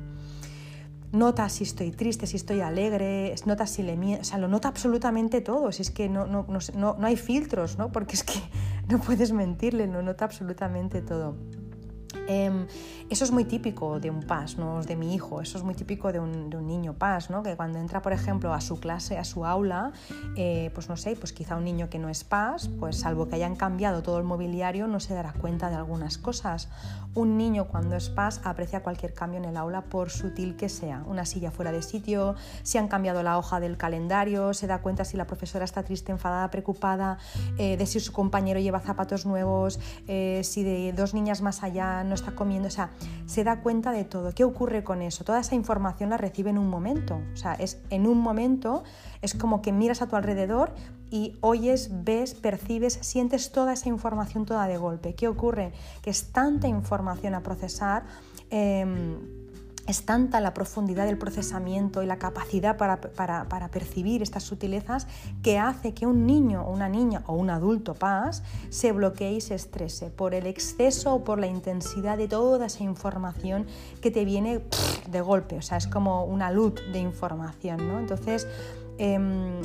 nota si estoy triste, si estoy alegre, nota si le miedo, o sea, lo nota absolutamente todo, si es que no, no, no, no, no hay filtros, ¿no? Porque es que no puedes mentirle, lo nota absolutamente todo. Eh, eso es muy típico de un P A S, no de mi hijo, eso es muy típico de un, de un niño P A S, ¿no? Que cuando entra, por ejemplo, a su clase, a su aula, eh, pues no sé, pues quizá un niño que no es P A S, pues salvo que hayan cambiado todo el mobiliario, no se dará cuenta de algunas cosas. Un niño cuando es P A S aprecia cualquier cambio en el aula por sutil que sea, una silla fuera de sitio, si han cambiado la hoja del calendario, se da cuenta si la profesora está triste, enfadada, preocupada, eh, de si su compañero lleva zapatos nuevos, eh, si de dos niñas más allá no está comiendo, o sea, se da cuenta de todo. ¿Qué ocurre con eso? Toda esa información la recibe en un momento, o sea, es en un momento, es como que miras a tu alrededor y oyes, ves, percibes, sientes toda esa información toda de golpe. ¿Qué ocurre? Que es tanta información a procesar, eh, es tanta la profundidad del procesamiento y la capacidad para, para, para percibir estas sutilezas que hace que un niño o una niña o un adulto P A S se bloquee y se estrese por el exceso o por la intensidad de toda esa información que te viene pff, de golpe, o sea, es como una luz de información, ¿no? Entonces, eh,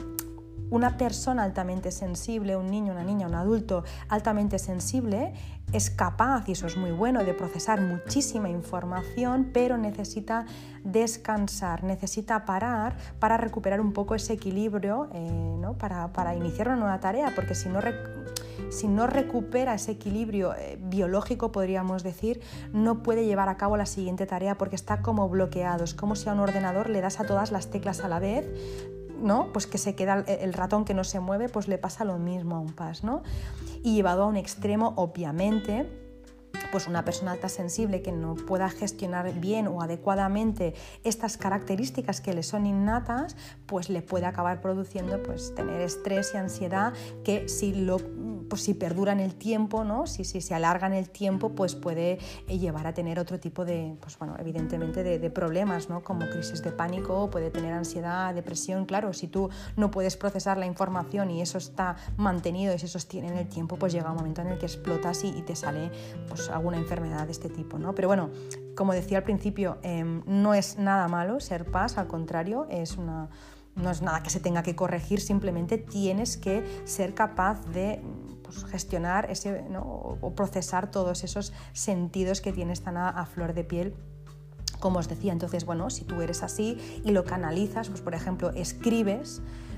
una persona altamente sensible, un niño, una niña, un adulto altamente sensible, es capaz, y eso es muy bueno, de procesar muchísima información, pero necesita descansar, necesita parar para recuperar un poco ese equilibrio, eh, ¿no? para, para iniciar una nueva tarea, porque si no, si no recupera ese equilibrio eh, biológico, podríamos decir, no puede llevar a cabo la siguiente tarea porque está como bloqueado. Es como si a un ordenador le das a todas las teclas a la vez, ¿no? Pues que se queda el ratón que no se mueve, pues le pasa lo mismo a un P A S, ¿no? Y llevado a un extremo, obviamente, pues una persona alta sensible que no pueda gestionar bien o adecuadamente estas características que le son innatas, pues le puede acabar produciendo pues tener estrés y ansiedad que si lo pues si perdura en el tiempo, ¿no? Si, si se alarga en el tiempo, pues puede llevar a tener otro tipo de, pues bueno, evidentemente de, de problemas, ¿no? Como crisis de pánico, puede tener ansiedad, depresión. Claro, si tú no puedes procesar la información y eso está mantenido y se sostiene en el tiempo, pues llega un momento en el que explotas y, y te sale pues alguna enfermedad de este tipo, ¿no? Pero bueno, como decía al principio, eh, no es nada malo ser P A S, al contrario, es una... no es nada que se tenga que corregir, simplemente tienes que ser capaz de pues, gestionar ese, ¿no? o procesar todos esos sentidos que tienes tan a, a flor de piel, como os decía. Entonces, bueno, si tú eres así y lo canalizas, pues por ejemplo, escribes,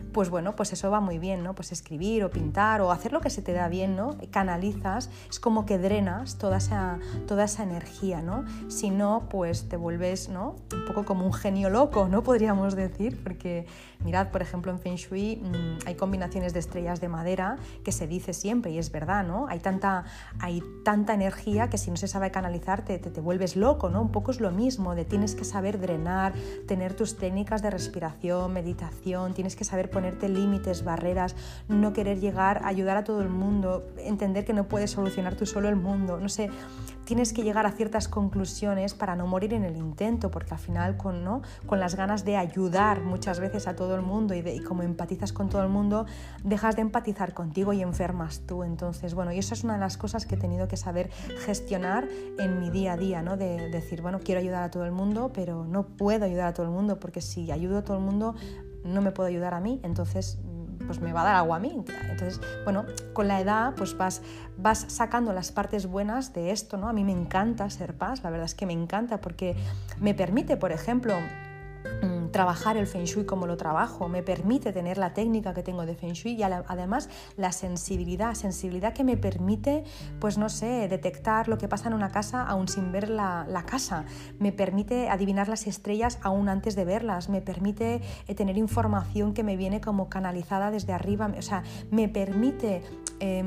pues bueno, pues eso va muy bien, ¿no? Pues escribir o pintar o hacer lo que se te da bien, ¿no? Canalizas, es como que drenas toda esa, toda esa energía, ¿no? Si no, pues te vuelves, ¿no? Un poco como un genio loco, ¿no? Podríamos decir, porque mirad, por ejemplo, en Feng Shui mmm, hay combinaciones de estrellas de madera que se dice siempre, y es verdad, ¿no? Hay tanta, hay tanta energía que si no se sabe canalizar te, te, te vuelves loco, ¿no? Un poco es lo mismo, de tienes que saber drenar, tener tus técnicas de respiración, meditación, tienes que saber ponerte límites, barreras, no querer llegar a ayudar a todo el mundo, entender que no puedes solucionar tú solo el mundo, no sé, tienes que llegar a ciertas conclusiones para no morir en el intento, porque al final con, ¿no? con las ganas de ayudar muchas veces a todo el mundo y, de, y como empatizas con todo el mundo, dejas de empatizar contigo y enfermas tú. Entonces, bueno, y eso es una de las cosas que he tenido que saber gestionar en mi día a día, ¿no? De, de decir, bueno, quiero ayudar a todo el mundo, pero no puedo ayudar a todo el mundo, porque si ayudo a todo el mundo no me puedo ayudar a mí, entonces pues me va a dar agua a mí. Entonces, bueno, con la edad pues vas, vas sacando las partes buenas de esto, ¿no? A mí me encanta ser paz, la verdad es que me encanta porque me permite, por ejemplo, trabajar el Feng Shui como lo trabajo, me permite tener la técnica que tengo de Feng Shui y además la sensibilidad, sensibilidad que me permite, pues no sé, detectar lo que pasa en una casa aún sin ver la, la casa, me permite adivinar las estrellas aún antes de verlas, me permite eh, tener información que me viene como canalizada desde arriba, o sea, me permite eh,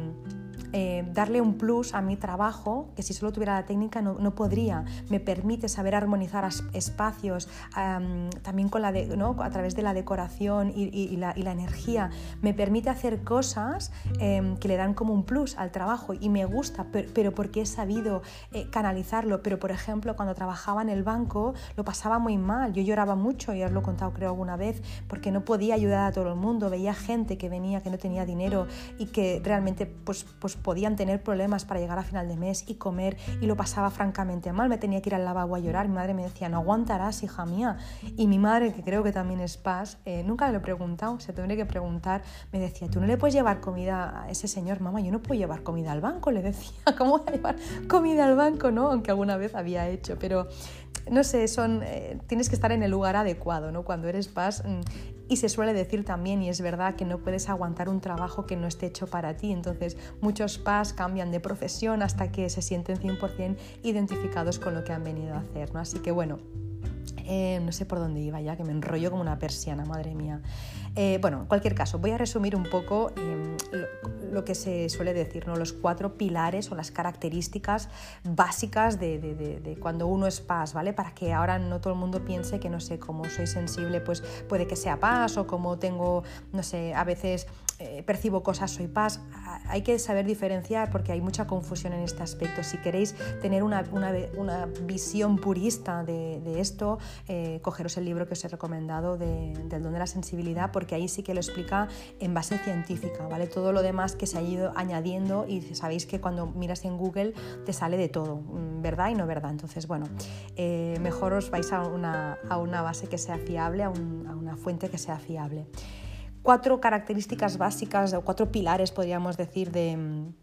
Eh, darle un plus a mi trabajo que si solo tuviera la técnica no, no podría. Me permite saber armonizar as, espacios um, también con la de, ¿no? a través de la decoración y, y, y, la, y la energía. Me permite hacer cosas eh, que le dan como un plus al trabajo y me gusta, pero, pero porque he sabido eh, canalizarlo. Pero por ejemplo, cuando trabajaba en el banco lo pasaba muy mal, yo lloraba mucho, ya os lo he contado creo alguna vez, porque no podía ayudar a todo el mundo, veía gente que venía que no tenía dinero y que realmente pues, pues podían tener problemas para llegar a final de mes y comer, y lo pasaba francamente mal, me tenía que ir al lavabo a llorar, mi madre me decía, no aguantarás, hija mía, y mi madre, que creo que también es paz, eh, nunca le he preguntado, se tendría que preguntar, me decía, tú no le puedes llevar comida a ese señor, mamá, yo no puedo llevar comida al banco, le decía, ¿cómo voy a llevar comida al banco? ¿No? Aunque alguna vez había hecho, pero no sé, son, eh, tienes que estar en el lugar adecuado, ¿no? Cuando eres paz. Y se suele decir también, y es verdad, que no puedes aguantar un trabajo que no esté hecho para ti. Entonces, muchos paz cambian de profesión hasta que se sienten cien por ciento identificados con lo que han venido a hacer, ¿no? Así que bueno, eh, no sé por dónde iba ya, que me enrollo como una persiana, madre mía. Eh, bueno, en cualquier caso, voy a resumir un poco eh, lo, lo que se suele decir, ¿no? Los cuatro pilares o las características básicas de, de, de, de cuando uno es paz, ¿vale? Para que ahora no todo el mundo piense que, no sé, como soy sensible, pues puede que sea paz, o como tengo, no sé, a veces eh, percibo cosas, soy paz. Hay que saber diferenciar porque hay mucha confusión en este aspecto. Si queréis tener una, una, una visión purista de, de esto, eh, cogeros el libro que os he recomendado de, del don de la sensibilidad, porque ahí sí que lo explica en base científica, ¿vale? Todo lo demás que se ha ido añadiendo, y sabéis que cuando miras en Google te sale de todo, verdad y no verdad. Entonces, bueno, eh, mejor os vais a una, a una base que sea fiable, a, un, a una fuente que sea fiable. Cuatro características básicas, o cuatro pilares, podríamos decir, de,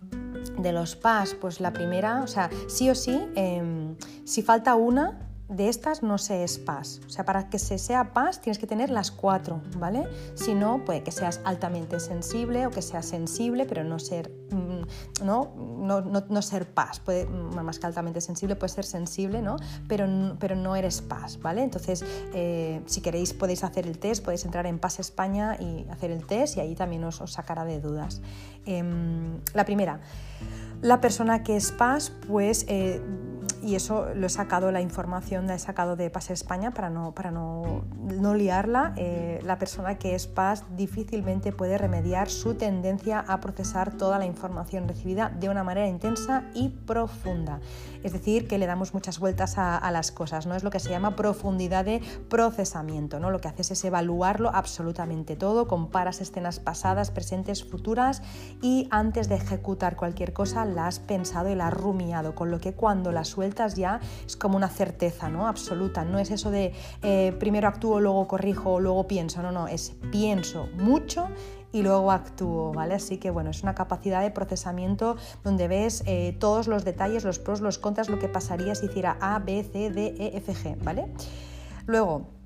de los paz. Pues la primera, o sea, sí o sí, eh, si falta una de estas no se es paz. O sea, para que se sea paz tienes que tener las cuatro, ¿vale? Si no, puede que seas altamente sensible o que seas sensible, pero no ser, no, no, no, no ser paz. Puede, más que altamente sensible, puede ser sensible, ¿no? Pero, pero no eres paz, ¿vale? Entonces, eh, si queréis podéis hacer el test, podéis entrar en Paz España y hacer el test, y ahí también os, os sacará de dudas. Eh, la primera, la persona que es paz, pues... Eh, y eso lo he sacado, la información la he sacado de Paz España para no, para no, no liarla. Eh, la persona que es paz difícilmente puede remediar su tendencia a procesar toda la información recibida de una manera intensa y profunda. Es decir, que le damos muchas vueltas a, a las cosas, ¿no? Es lo que se llama profundidad de procesamiento, ¿no? Lo que haces es evaluarlo absolutamente todo, comparas escenas pasadas, presentes, futuras, y antes de ejecutar cualquier cosa la has pensado y la has rumiado, con lo que cuando la sueltas ya es como una certeza, ¿no? Absoluta. No es eso de eh, primero actúo, luego corrijo, luego pienso. No, no, es pienso mucho y luego actúo, ¿vale? Así que bueno, es una capacidad de procesamiento donde ves eh, todos los detalles, los pros, los contras, lo que pasaría si hiciera A, B, C, D, E, F, G, ¿vale? Luego,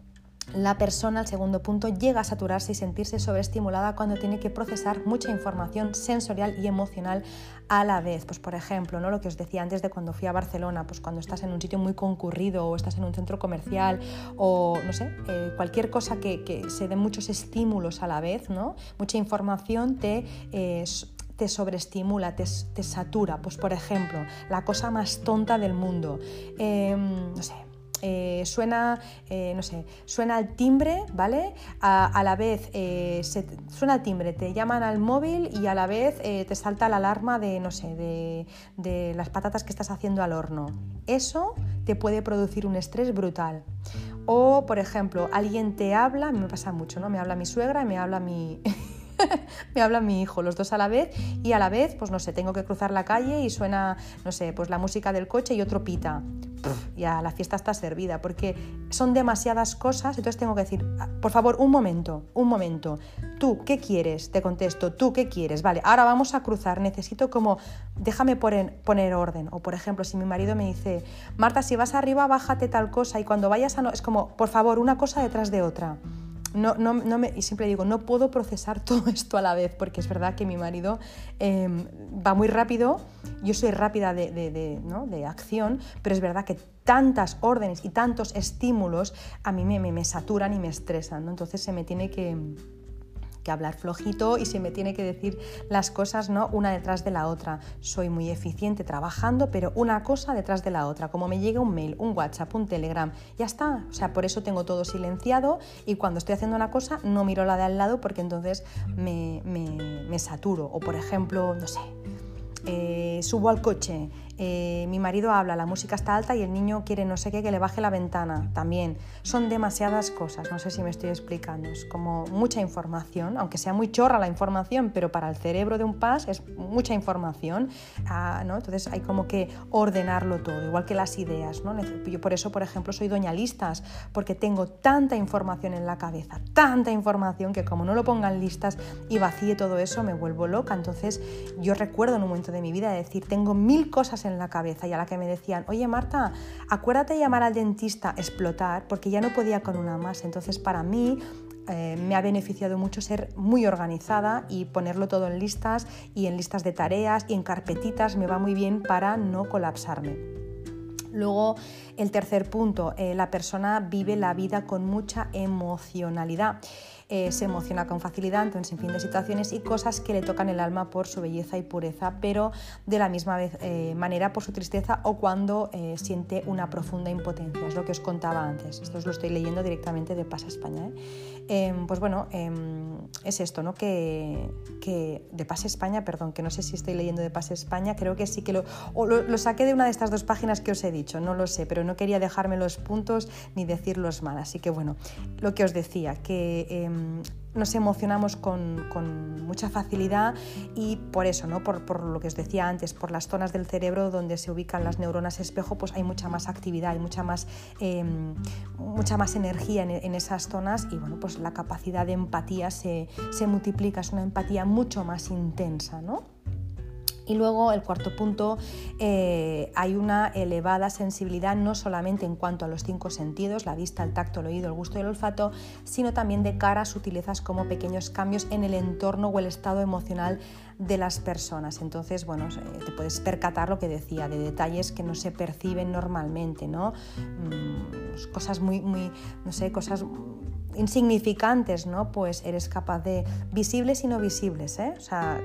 la persona, el segundo punto, llega a saturarse y sentirse sobreestimulada cuando tiene que procesar mucha información sensorial y emocional a la vez. Pues por ejemplo, ¿no? Lo que os decía antes de cuando fui a Barcelona, pues cuando estás en un sitio muy concurrido o estás en un centro comercial o no sé, eh, cualquier cosa que, que se den muchos estímulos a la vez, ¿no? Mucha información te... Eh, te sobreestimula, te, te satura. Pues por ejemplo, la cosa más tonta del mundo, eh, no sé, Eh, suena, eh, no sé, suena el timbre, ¿vale? A, a la vez eh, se, suena el timbre, te llaman al móvil y a la vez eh, te salta la alarma de, no sé, de, de las patatas que estás haciendo al horno. Eso te puede producir un estrés brutal. O, por ejemplo, alguien te habla, me pasa mucho, ¿no? Me habla mi suegra y me habla mi... me habla mi hijo, los dos a la vez, y a la vez, pues no sé, tengo que cruzar la calle y suena, no sé, pues la música del coche y otro pita. Ya la fiesta está servida, porque son demasiadas cosas, entonces tengo que decir, por favor, un momento, un momento, ¿tú qué quieres? Te contesto, ¿tú qué quieres? Vale, ahora vamos a cruzar, necesito como, déjame poner, poner orden. O por ejemplo, si mi marido me dice, Marta, si vas arriba, bájate tal cosa, y cuando vayas a... No, es como, por favor, una cosa detrás de otra. No, no, no me, y siempre digo, no puedo procesar todo esto a la vez, porque es verdad que mi marido eh, va muy rápido, yo soy rápida de, de, de, ¿no? de acción, pero es verdad que tantas órdenes y tantos estímulos a mí me, me, me saturan y me estresan, ¿no? Entonces se me tiene que... que hablar flojito y se me tiene que decir las cosas, ¿no? Una detrás de la otra. Soy muy eficiente trabajando, pero una cosa detrás de la otra. Como me llega un mail, un WhatsApp, un Telegram, ya está. O sea, por eso tengo todo silenciado y cuando estoy haciendo una cosa no miro la de al lado porque entonces me, me, me saturo. O por ejemplo, no sé, eh, subo al coche, eh, mi marido habla, la música está alta y el niño quiere no sé qué, que le baje la ventana también. Son demasiadas cosas, no sé si me estoy explicando. Es como mucha información, aunque sea muy chorra la información, pero para el cerebro de un P A S es mucha información, ah, ¿no? Entonces hay como que ordenarlo todo, igual que las ideas, ¿no? Yo por eso, por ejemplo, soy doña listas, porque tengo tanta información en la cabeza, tanta información que como no lo ponga en listas y vacíe todo eso, me vuelvo loca. Entonces yo recuerdo en un momento de mi vida decir, tengo mil cosas en la cabeza, y a la que me decían, oye Marta, acuérdate de llamar al dentista, explotar, porque ya no podía con una más. Entonces para mí eh, me ha beneficiado mucho ser muy organizada y ponerlo todo en listas y en listas de tareas y en carpetitas, me va muy bien para no colapsarme. Luego, el tercer punto, eh, la persona vive la vida con mucha emocionalidad. Eh, se emociona con facilidad ante un sinfín de situaciones y cosas que le tocan el alma por su belleza y pureza, pero de la misma vez, eh, manera por su tristeza o cuando eh, siente una profunda impotencia. Es lo que os contaba antes. Esto os lo estoy leyendo directamente de Pasa España. ¿eh? Eh, pues bueno, eh, es esto, ¿no? Que, que de Pasa España, perdón, que no sé si estoy leyendo de Pasa España, creo que sí que lo, o lo, lo saqué de una de estas dos páginas que os he dicho, no lo sé, pero no quería dejarme los puntos ni decirlos mal. Así que bueno, lo que os decía, que eh, nos emocionamos con, con mucha facilidad y por eso, ¿no? Por, por lo que os decía antes, por las zonas del cerebro donde se ubican las neuronas espejo, pues hay mucha más actividad, hay mucha más, eh, mucha más energía en, en esas zonas y bueno, pues la capacidad de empatía se, se multiplica, es una empatía mucho más intensa, ¿no? Y luego el cuarto punto, eh, hay una elevada sensibilidad no solamente en cuanto a los cinco sentidos, la vista, el tacto, el oído, el gusto y el olfato, sino también de cara a sutilezas como pequeños cambios en el entorno o el estado emocional de las personas. Entonces, bueno, te puedes percatar lo que decía, de detalles que no se perciben normalmente, ¿no? Mm, cosas muy, muy, no sé, cosas insignificantes, ¿no? Pues eres capaz de, visibles y no visibles, ¿eh? O sea,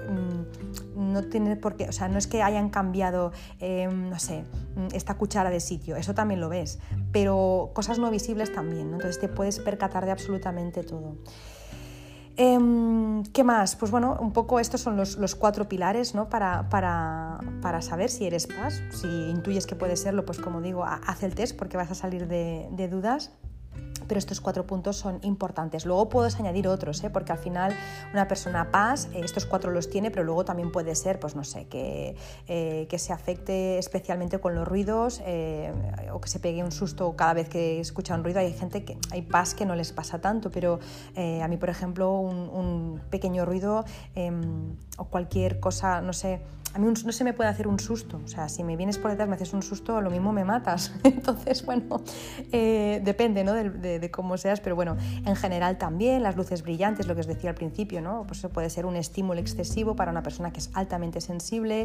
no tiene por qué, o sea, no es que hayan cambiado, eh, no sé, esta cuchara de sitio, eso también lo ves, pero cosas no visibles también, ¿no? Entonces te puedes percatar de absolutamente todo. Eh, ¿Qué más? Pues bueno, un poco estos son los, los cuatro pilares, ¿no? para, para, para saber si eres P A S. Si intuyes que puede serlo, pues como digo, haz el test porque vas a salir de, de dudas. Pero estos cuatro puntos son importantes. Luego puedes añadir otros, ¿eh? Porque al final una persona P A S, eh, estos cuatro los tiene, pero luego también puede ser, pues no sé, que, eh, que se afecte especialmente con los ruidos eh, o que se pegue un susto cada vez que escucha un ruido. Hay gente que, hay P A S que no les pasa tanto, pero eh, a mí, por ejemplo, un, un pequeño ruido eh, o cualquier cosa, no sé, a mí un, no se me puede hacer un susto, o sea, si me vienes por detrás me haces un susto, lo mismo me matas. Entonces, bueno, eh, depende, ¿no? de, de, de cómo seas, pero bueno, en general también las luces brillantes, lo que os decía al principio, ¿no? Pues eso puede ser un estímulo excesivo para una persona que es altamente sensible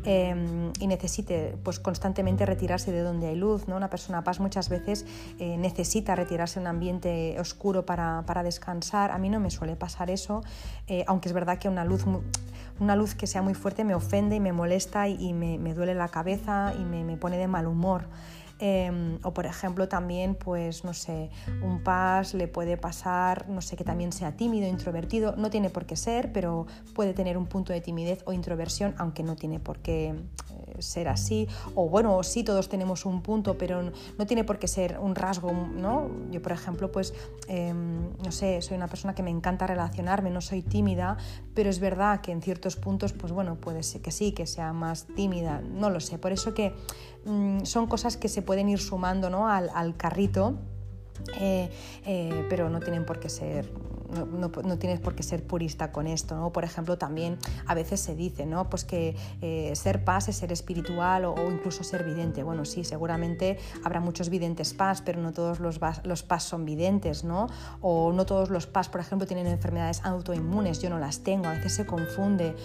eh, y necesite pues constantemente retirarse de donde hay luz, ¿no? Una persona paz muchas veces eh, necesita retirarse de un ambiente oscuro para, para descansar. A mí no me suele pasar eso, eh, aunque es verdad que una luz, una luz que sea muy fuerte me ofende y me molesta y, y me, me duele la cabeza y me, me pone de mal humor. Eh, o por ejemplo también, pues no sé, un pas le puede pasar, no sé, que también sea tímido, introvertido, no tiene por qué ser, pero puede tener un punto de timidez o introversión, aunque no tiene por qué eh, ser así, o bueno, sí, todos tenemos un punto, pero no, no tiene por qué ser un rasgo, ¿no? Yo por ejemplo, pues eh, no sé, soy una persona que me encanta relacionarme, no soy tímida, pero es verdad que en ciertos puntos, pues bueno, puede ser que sí, que sea más tímida, no lo sé, por eso que son cosas que se pueden ir sumando, ¿no? al, al carrito, eh, eh, pero no tienen por qué ser, no, no, no tienes por qué ser purista con esto, ¿no? Por ejemplo, también a veces se dice, ¿no? Pues que eh, ser pas es ser espiritual o, o incluso ser vidente. Bueno, sí, seguramente habrá muchos videntes pas, pero no todos los, los pas son videntes, ¿no? O no todos los pas, por ejemplo, tienen enfermedades autoinmunes, yo no las tengo, a veces se confunde,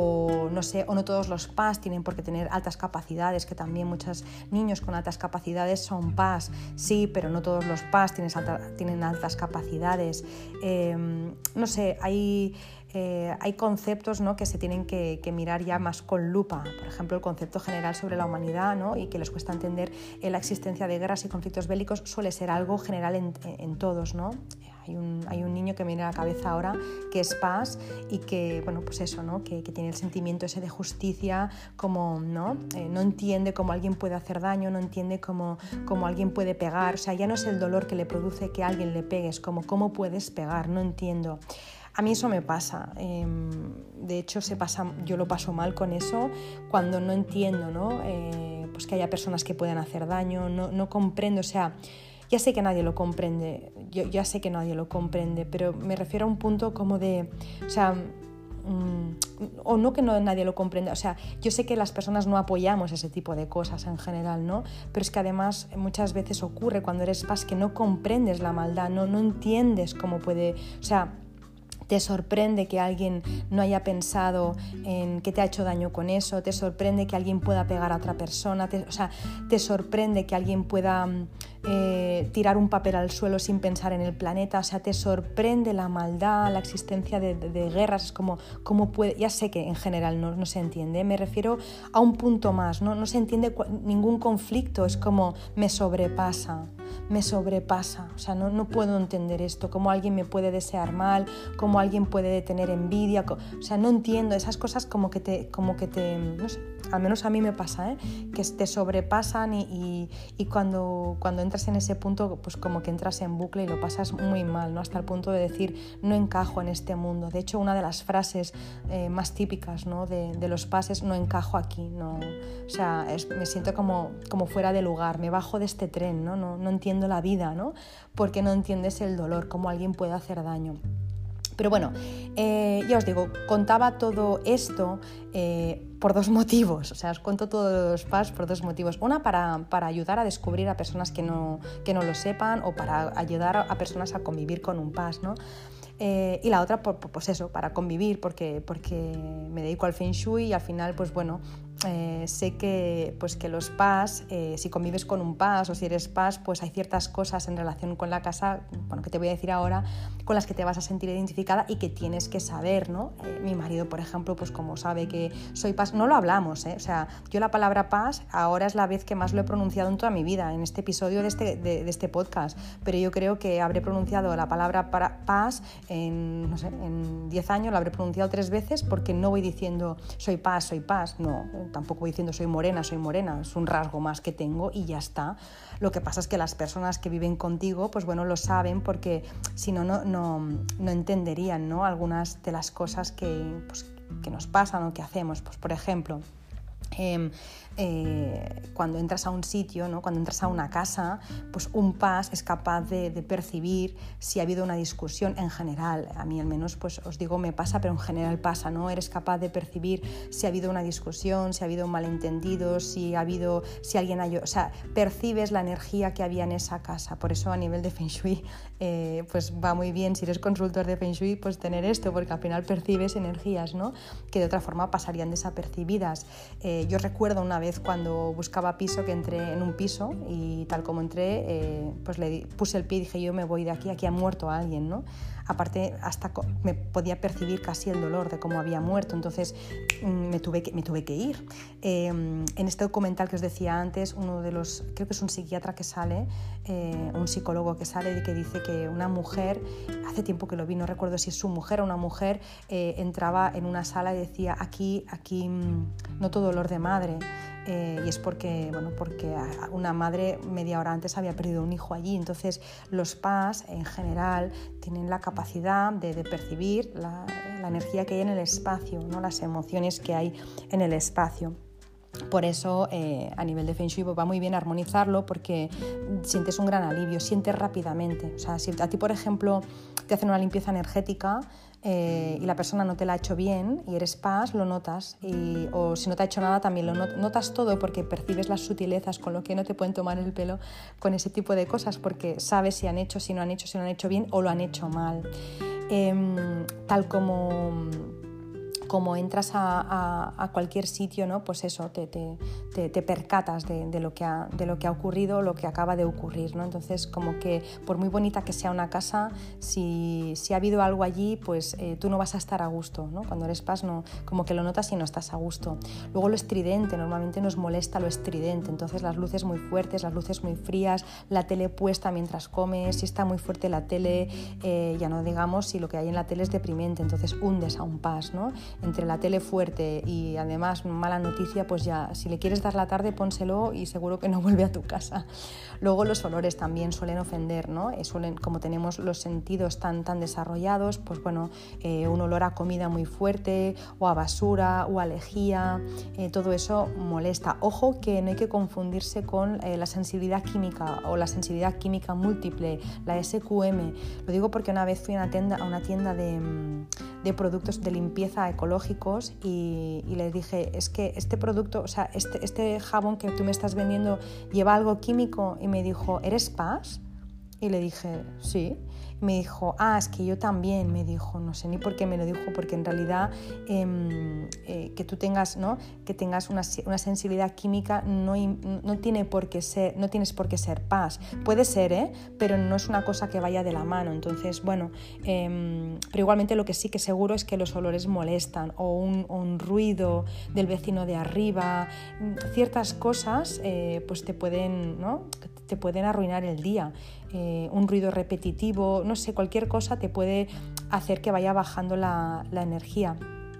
o no sé, o no todos los pas tienen por qué tener altas capacidades, que también muchos niños con altas capacidades son pas, sí, pero no todos los pas tienen, alta, tienen altas capacidades. Eh, no sé, hay, eh, hay conceptos, ¿no? que se tienen que, que mirar ya más con lupa. Por ejemplo, el concepto general sobre la humanidad, ¿no? y que les cuesta entender eh, la existencia de guerras y conflictos bélicos suele ser algo general en, en todos, ¿no? Hay un, hay un niño que me viene a la cabeza ahora que es pas y que, bueno, pues eso, ¿no? que, que tiene el sentimiento ese de justicia, como, ¿no? Eh, no entiende cómo alguien puede hacer daño, no entiende cómo, cómo alguien puede pegar, o sea, ya no es el dolor que le produce que alguien le pegue, es como cómo puedes pegar, no entiendo. A mí eso me pasa, eh, de hecho se pasa, yo lo paso mal con eso cuando no entiendo, ¿no? Eh, pues que haya personas que puedan hacer daño, no, no comprendo, o sea, ya sé que nadie lo comprende, yo ya sé que nadie lo comprende, pero me refiero a un punto como de, o sea, mmm, o no que no, nadie lo comprenda, o sea, yo sé que las personas no apoyamos ese tipo de cosas en general, ¿no? Pero es que además muchas veces ocurre cuando eres pas que no comprendes la maldad, no, no entiendes cómo puede, o sea, te sorprende que alguien no haya pensado en que te ha hecho daño con eso, te sorprende que alguien pueda pegar a otra persona, te, o sea, te sorprende que alguien pueda eh, tirar un papel al suelo sin pensar en el planeta, o sea, te sorprende la maldad, la existencia de, de, de guerras, es como, como puede, ya sé que en general no, no se entiende, me refiero a un punto más, no, no se entiende ningún conflicto, es como me sobrepasa. me sobrepasa, o sea, no, no puedo entender esto, cómo alguien me puede desear mal, cómo alguien puede tener envidia, o sea, no entiendo esas cosas como que te, como que te, no sé, al menos a mí me pasa, ¿eh? que te sobrepasan y, y, y cuando, cuando entras en ese punto, pues como que entras en bucle y lo pasas muy mal, ¿no? Hasta el punto de decir, no encajo en este mundo. De hecho, una de las frases eh, más típicas, ¿no? de, de los pases, no encajo aquí, no, o sea, es, me siento como, como fuera de lugar, me bajo de este tren, ¿no? No, no entiendo la vida, ¿no? Porque no entiendes el dolor, cómo alguien puede hacer daño. Pero bueno, eh, ya os digo, contaba todo esto eh, por dos motivos, o sea, os cuento todos los pas por dos motivos. Una, para, para ayudar a descubrir a personas que no, que no lo sepan o para ayudar a personas a convivir con un pas, ¿no? Eh, y la otra, pues eso, para convivir, porque, porque me dedico al Feng Shui y al final, pues bueno, eh, sé que, pues que los pas, eh, si convives con un pas o si eres pas, pues hay ciertas cosas en relación con la casa, bueno, que te voy a decir ahora, con las que te vas a sentir identificada y que tienes que saber, ¿no? Eh, mi marido, por ejemplo, pues como sabe que soy pas, no lo hablamos, ¿eh? O sea, yo la palabra pas ahora es la vez que más lo he pronunciado en toda mi vida, en este episodio de este, de, de este podcast, pero yo creo que habré pronunciado la palabra para, pas en, no sé, en diez años, la habré pronunciado tres veces porque no voy diciendo soy pas, soy pas, no, tampoco voy diciendo soy morena, soy morena, es un rasgo más que tengo y ya está. Lo que pasa es que las personas que viven contigo, pues bueno, lo saben porque si no, no, no, no entenderían, ¿no? Algunas de las cosas que, pues, que nos pasan o que hacemos. Pues por ejemplo, Eh, eh, cuando entras a un sitio, ¿no? Cuando entras a una casa, pues un pas es capaz de, de percibir si ha habido una discusión en general. A mí al menos, pues os digo, me pasa, pero en general pasa, ¿no? Eres capaz de percibir si ha habido una discusión, si ha habido un malentendido, si ha habido, si alguien ha... O sea, percibes la energía que había en esa casa. Por eso a nivel de Feng Shui, eh, pues va muy bien, si eres consultor de Feng Shui, pues tener esto, porque al final percibes energías, ¿no? Que de otra forma pasarían desapercibidas. Eh, yo recuerdo una vez cuando buscaba piso, que entré en un piso y tal como entré, eh, pues le di, puse el pie y dije, yo me voy de aquí, aquí ha muerto alguien, ¿no? Aparte, hasta me podía percibir casi el dolor de cómo había muerto, entonces me tuve que, me tuve que ir. Eh, en este documental que os decía antes, uno de los, creo que es un psiquiatra que sale, eh, un psicólogo que sale y que dice que una mujer, hace tiempo que lo vi, no recuerdo si es su mujer o una mujer, eh, entraba en una sala y decía, aquí, aquí noto dolor de madre. Eh, y es porque, bueno, porque una madre media hora antes había perdido un hijo allí. Entonces los P A S en general tienen la capacidad de, de percibir la, la energía que hay en el espacio, ¿no? Las emociones que hay en el espacio. Por eso eh, a nivel de Feng Shui va muy bien armonizarlo, porque sientes un gran alivio, sientes rápidamente. O sea, si a ti, por ejemplo, te hacen una limpieza energética eh, y la persona no te la ha hecho bien y eres P A S, lo notas. Y, o si no te ha hecho nada, también lo not- notas todo, porque percibes las sutilezas, con lo que no te pueden tomar el pelo con ese tipo de cosas, porque sabes si han hecho, si no han hecho, si no han hecho bien o lo han hecho mal. Eh, tal como... como entras a, a, a cualquier sitio, ¿no? Pues eso, te, te, te, te percatas de, de, lo que ha, de lo que ha ocurrido, lo que acaba de ocurrir, ¿no? Entonces, como que por muy bonita que sea una casa, si, si ha habido algo allí, pues eh, tú no vas a estar a gusto, ¿no? Cuando eres P A S, no, como que lo notas y no estás a gusto. Luego lo estridente, normalmente nos molesta lo estridente, entonces las luces muy fuertes, las luces muy frías, la tele puesta mientras comes, si está muy fuerte la tele, eh, ya no digamos si lo que hay en la tele es deprimente, entonces hundes a un P A S, ¿no? Entre la tele fuerte y además mala noticia, pues ya, si le quieres dar la tarde, pónselo y seguro que no vuelve a tu casa. Luego los olores también suelen ofender, ¿no? Eh, suelen, como tenemos los sentidos tan, tan desarrollados, pues bueno, eh, un olor a comida muy fuerte o a basura o a lejía, eh, todo eso molesta. Ojo que no hay que confundirse con eh, la sensibilidad química o la sensibilidad química múltiple, la S Q M. Lo digo porque una vez fui a una tienda, a una tienda de, de productos de limpieza ecológicos y, y les dije, es que este producto, o sea, este, este jabón que tú me estás vendiendo lleva algo químico, y me dijo, ¿eres P A S? Y le dije, sí. Me dijo, ah, es que yo también, me dijo, no sé ni por qué me lo dijo, porque en realidad eh, eh, que tú tengas, ¿no? que tengas una, una sensibilidad química no, no, tiene por qué ser, no tienes por qué ser P A S. Puede ser, ¿eh? Pero no es una cosa que vaya de la mano. Entonces, bueno, eh, pero igualmente lo que sí que seguro es que los olores molestan, o un, o un ruido del vecino de arriba, ciertas cosas eh, pues te pueden, ¿no? te pueden arruinar el día. Eh, un ruido repetitivo, no sé, cualquier cosa te puede hacer que vaya bajando la, la energía.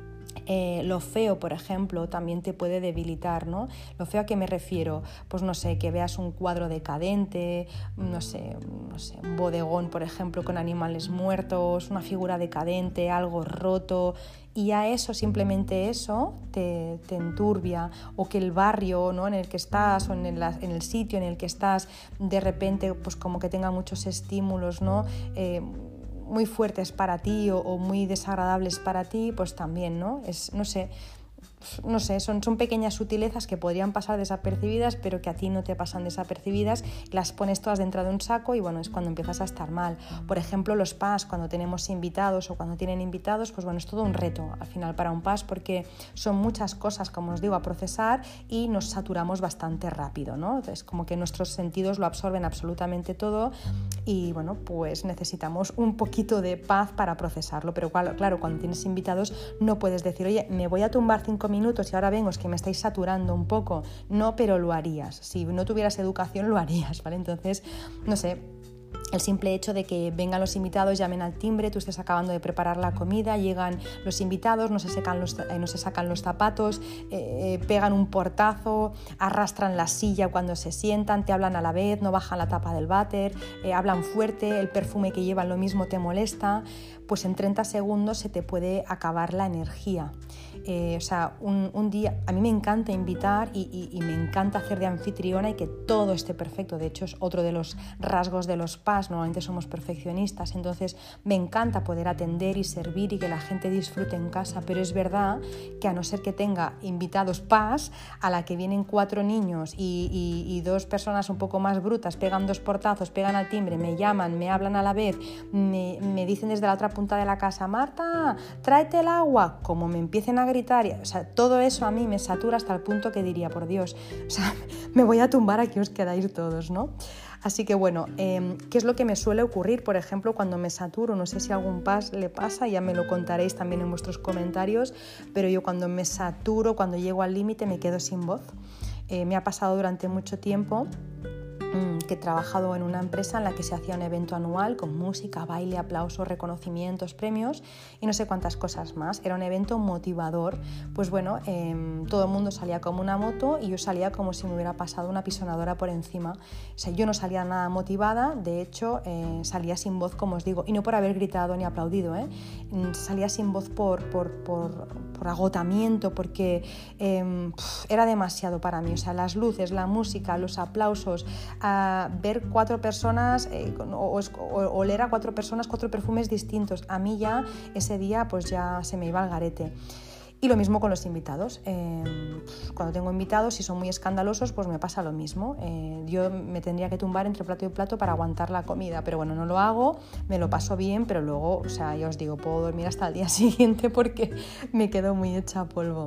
Eh, lo feo, por ejemplo, también te puede debilitar, ¿no? Lo feo, ¿a qué me refiero? Pues no sé, que veas un cuadro decadente, no sé, no sé, un bodegón, por ejemplo, con animales muertos, una figura decadente, algo roto, y a eso, simplemente eso, te, te enturbia, o que el barrio, ¿no? en el que estás, o en el, en el sitio en el que estás, de repente, pues como que tenga muchos estímulos, ¿no? Eh, muy fuertes para ti o, o muy desagradables para ti, pues también, ¿no? Es, no sé, no sé, son, son pequeñas sutilezas que podrían pasar desapercibidas, pero que a ti no te pasan desapercibidas, las pones todas dentro de un saco y bueno, es cuando empiezas a estar mal. Por ejemplo, los P A S, cuando tenemos invitados o cuando tienen invitados, pues bueno, es todo un reto al final para un P A S, porque son muchas cosas, como os digo, a procesar, y nos saturamos bastante rápido, ¿no? Entonces, como que nuestros sentidos lo absorben absolutamente todo y bueno, pues necesitamos un poquito de paz para procesarlo, pero claro, cuando tienes invitados no puedes decir, oye, me voy a tumbar cinco minutos y ahora vengo, es que me estáis saturando un poco. No, pero lo harías. Si no tuvieras educación, lo harías, ¿vale? Entonces, no sé, el simple hecho de que vengan los invitados, llamen al timbre, tú estés acabando de preparar la comida, llegan los invitados, no se, secan los, eh, no se sacan los zapatos, eh, pegan un portazo, arrastran la silla cuando se sientan, te hablan a la vez, no bajan la tapa del váter, eh, hablan fuerte, el perfume que llevan lo mismo te molesta, pues en treinta segundos se te puede acabar la energía. Eh, o sea, un, un día, a mí me encanta invitar y, y, y me encanta hacer de anfitriona y que todo esté perfecto. De hecho, es otro de los rasgos de los P A S, normalmente somos perfeccionistas, entonces me encanta poder atender y servir y que la gente disfrute en casa, pero es verdad que a no ser que tenga invitados P A S, a la que vienen cuatro niños y, y, y dos personas un poco más brutas, pegan dos portazos, pegan al timbre, me llaman, me hablan a la vez, me, me dicen desde la otra punta de la casa, Marta, tráete el agua, como me empiecen a gritar, o sea, todo eso a mí me satura hasta el punto que diría, por Dios, o sea, me voy a tumbar, aquí os quedáis todos, ¿no? Así que bueno, eh, ¿qué es lo que me suele ocurrir, por ejemplo, cuando me saturo? No sé si a algún P A S le pasa, ya me lo contaréis también en vuestros comentarios, pero yo cuando me saturo, cuando llego al límite, me quedo sin voz. Eh, me ha pasado durante mucho tiempo que he trabajado en una empresa en la que se hacía un evento anual con música, baile, aplausos, reconocimientos, premios y no sé cuántas cosas más. Era un evento motivador. Pues bueno, eh, todo el mundo salía como una moto y yo salía como si me hubiera pasado una pisonadora por encima. O sea, yo no salía nada motivada, de hecho eh, salía sin voz, como os digo, y no por haber gritado ni aplaudido, ¿eh? Salía sin voz por, por, por, por agotamiento, porque eh, pff, era demasiado para mí. O sea, las luces, la música, los aplausos, a ver cuatro personas eh, o, o oler a cuatro personas, cuatro perfumes distintos. A mí ya ese día pues ya se me iba al garete. Y lo mismo con los invitados. Eh, cuando tengo invitados, si son muy escandalosos, pues me pasa lo mismo. Eh, yo me tendría que tumbar entre plato y plato para aguantar la comida, pero bueno, no lo hago, me lo paso bien, pero luego, o sea, ya os digo, puedo dormir hasta el día siguiente porque me quedo muy hecha polvo.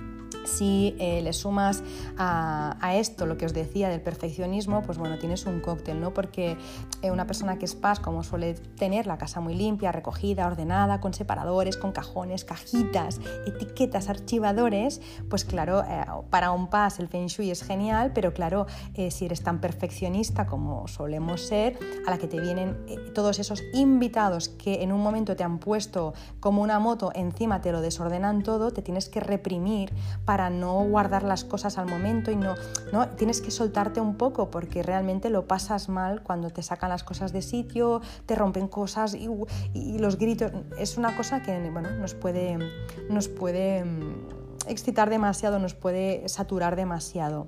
Si eh, le sumas a, a esto lo que os decía del perfeccionismo, pues bueno, tienes un cóctel, ¿no? Porque eh, una persona que es P A S, como suele tener la casa muy limpia, recogida, ordenada, con separadores, con cajones, cajitas, etiquetas, archivadores, pues claro, eh, para un P A S el Feng Shui es genial, pero claro, eh, si eres tan perfeccionista como solemos ser, a la que te vienen eh, todos esos invitados que en un momento te han puesto como una moto, encima te lo desordenan todo, te tienes que reprimir para para no guardar las cosas al momento y no, no, tienes que soltarte un poco porque realmente lo pasas mal cuando te sacan las cosas de sitio, te rompen cosas y, y los gritos. Es una cosa que bueno, nos puede, nos puede excitar demasiado, nos puede saturar demasiado.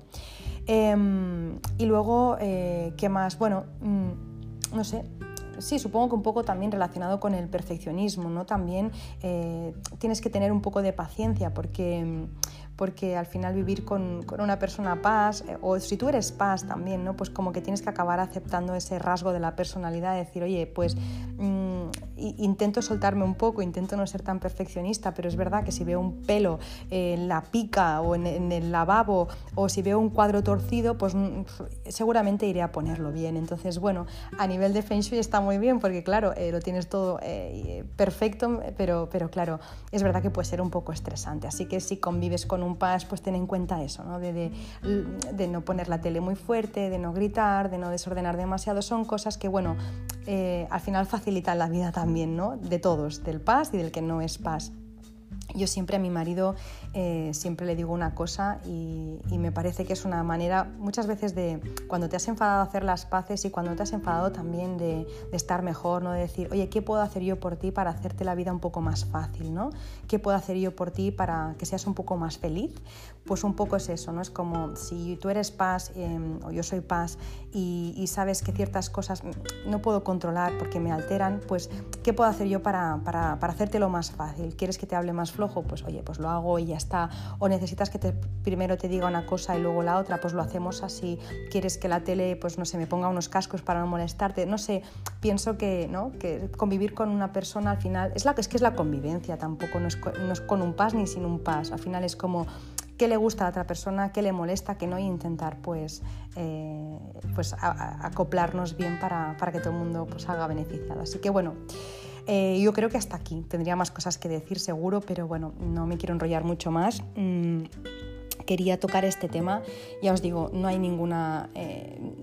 Eh, y luego, eh, ¿qué más? Bueno, mmm, no sé. Sí, supongo que un poco también relacionado con el perfeccionismo, ¿no? También eh, tienes que tener un poco de paciencia porque, porque al final vivir con, con una persona P A S, eh, o si tú eres P A S también, ¿no? Pues como que tienes que acabar aceptando ese rasgo de la personalidad, de decir, oye, pues mmm, intento soltarme un poco, intento no ser tan perfeccionista, pero es verdad que si veo un pelo en la pica o en, en el lavabo o si veo un cuadro torcido, pues mmm, seguramente iré a ponerlo bien. Entonces, bueno, a nivel de Feng Shui está muy bien porque claro, eh, lo tienes todo eh, perfecto, pero, pero claro, es verdad que puede ser un poco estresante, así que si convives con un P A S, pues ten en cuenta eso, ¿no? De, de, de no poner la tele muy fuerte, de no gritar, de no desordenar demasiado, son cosas que bueno, eh, al final facilitan la vida también, ¿no? De todos, del P A S y del que no es P A S. Yo siempre a mi marido eh, siempre le digo una cosa y, y me parece que es una manera muchas veces de cuando te has enfadado hacer las paces y cuando te has enfadado también de, de estar mejor, ¿no? De decir, oye, ¿qué puedo hacer yo por ti para hacerte la vida un poco más fácil, ¿no? ¿Qué puedo hacer yo por ti para que seas un poco más feliz? Pues un poco es eso, ¿no? Es como si tú eres P A S eh, o yo soy P A S y, y sabes que ciertas cosas no puedo controlar porque me alteran, pues ¿qué puedo hacer yo para, para, para hacértelo más fácil? ¿Quieres que te hable más flojo? Pues oye, pues lo hago y ya está. O necesitas que te, primero te diga una cosa y luego la otra, pues lo hacemos así. ¿Quieres que la tele, pues no sé, me ponga unos cascos para no molestarte? No sé, pienso que, ¿no? que convivir con una persona al final, es, la, es que es la convivencia, tampoco no es, no es con un P A S ni sin un P A S. Al final es como qué le gusta a la otra persona, qué le molesta, que no, y intentar pues, eh, pues a, a, acoplarnos bien para, para que todo el mundo pues, salga beneficiado. Así que bueno, Eh, yo creo que hasta aquí. Tendría más cosas que decir seguro, pero bueno, no me quiero enrollar mucho más. Mm, quería tocar este tema. Ya os digo, no hay ninguna... Eh,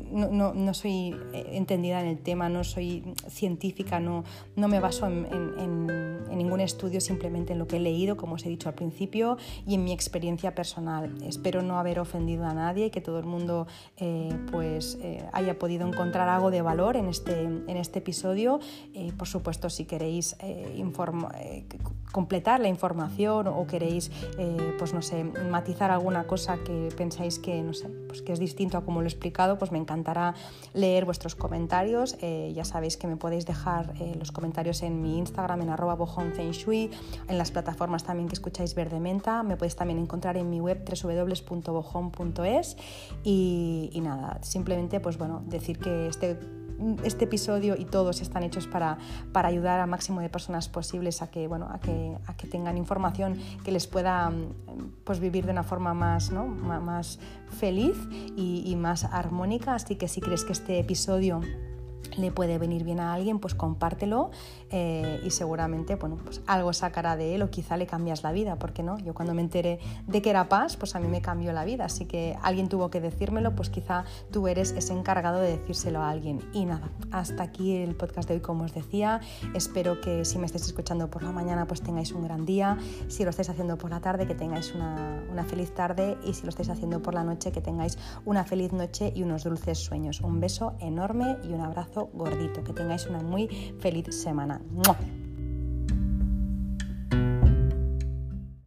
no, no, no soy entendida en el tema, no soy científica, no, no me baso en, en, en, en ningún estudio, simplemente en lo que he leído, como os he dicho al principio, y en mi experiencia personal. Espero no haber ofendido a nadie y que todo el mundo eh, pues, eh, haya podido encontrar algo de valor en este, en este episodio. Eh, por supuesto, si queréis eh, informa, eh, completar la información o queréis eh, pues, no sé, matizar alguna cosa que pensáis que, no sé, pues, que es distinto a como lo he explicado, pues me encantará leer vuestros comentarios. Eh, ya sabéis que me podéis dejar eh, los comentarios en mi Instagram, en arroba bojón feng shui, en las plataformas también que escucháis Verde Menta. Me podéis también encontrar en mi web doble u doble u doble u punto bojón punto es y, y nada, simplemente pues bueno, decir que este Este episodio y todos están hechos para, para ayudar al máximo de personas posibles a que, bueno, a que, a que tengan información que les pueda pues, vivir de una forma más, ¿no? más feliz y, y más armónica. Así que si crees que este episodio le puede venir bien a alguien, pues compártelo eh, y seguramente bueno, pues algo sacará de él o quizá le cambias la vida, ¿por qué no? Yo cuando me enteré de que era Paz, pues a mí me cambió la vida, así que alguien tuvo que decírmelo, pues quizá tú eres ese encargado de decírselo a alguien. Y nada, hasta aquí el podcast de hoy, como os decía. Espero que si me estáis escuchando por la mañana pues tengáis un gran día, si lo estáis haciendo por la tarde que tengáis una, una feliz tarde y si lo estáis haciendo por la noche que tengáis una feliz noche y unos dulces sueños. Un beso enorme y un abrazo gordito, que tengáis una muy feliz semana. ¡Mua!